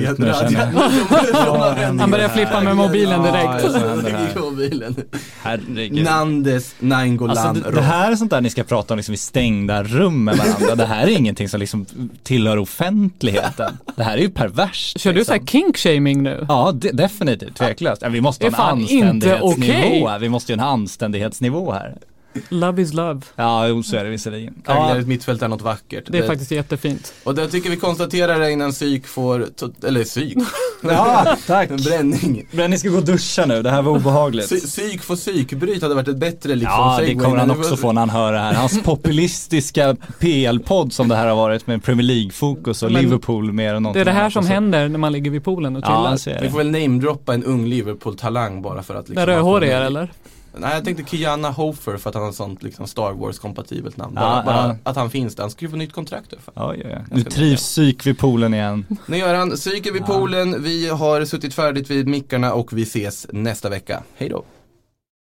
börjar flippa med mobilen direkt. Herregud. Nandes, Nainggolan. Alltså det här är sånt där ni ska prata om liksom i stängda rum med varandra. Det här är ingenting som liksom tillhör offentligheten. Det här är ju perverst. Kör du så här kink-shaming nu? Ja, definitivt, tveklöst. Vi måste ha en anständighetsnivå. Vi måste ju ha en anständighetsnivå här. Love is love. Ja, jo, så är det visserligen. Cagliari mittfält är något vackert. Det är faktiskt jättefint. Och det tycker vi konstaterar innan psyk får, eller psyk. Ja, tack. Bränning. Bränning ska gå och duscha nu, det här var obehagligt. Psyk får psykbryt hade varit ett bättre liksom. Ja, det kommer han också få när han hör det här. Hans populistiska PL-podd som det här har varit med Premier League-fokus och Liverpool mer än någonting. Det är det här som händer när man ligger vid poolen och chillar. Vi får väl namedroppa en ung Liverpool-talang bara för att liksom... Det är rödhårig eller? Nej, jag tänkte Kiana Hofer för att han har ett sånt liksom Star Wars-kompatibelt namn. Ja, bara att han finns där. Han skriver nytt kontrakt för. Ja. Nu trivs psyk vid poolen igen. Nu gör han psyk vid poolen. Vi har suttit färdigt vid mickarna och vi ses nästa vecka. Hej då!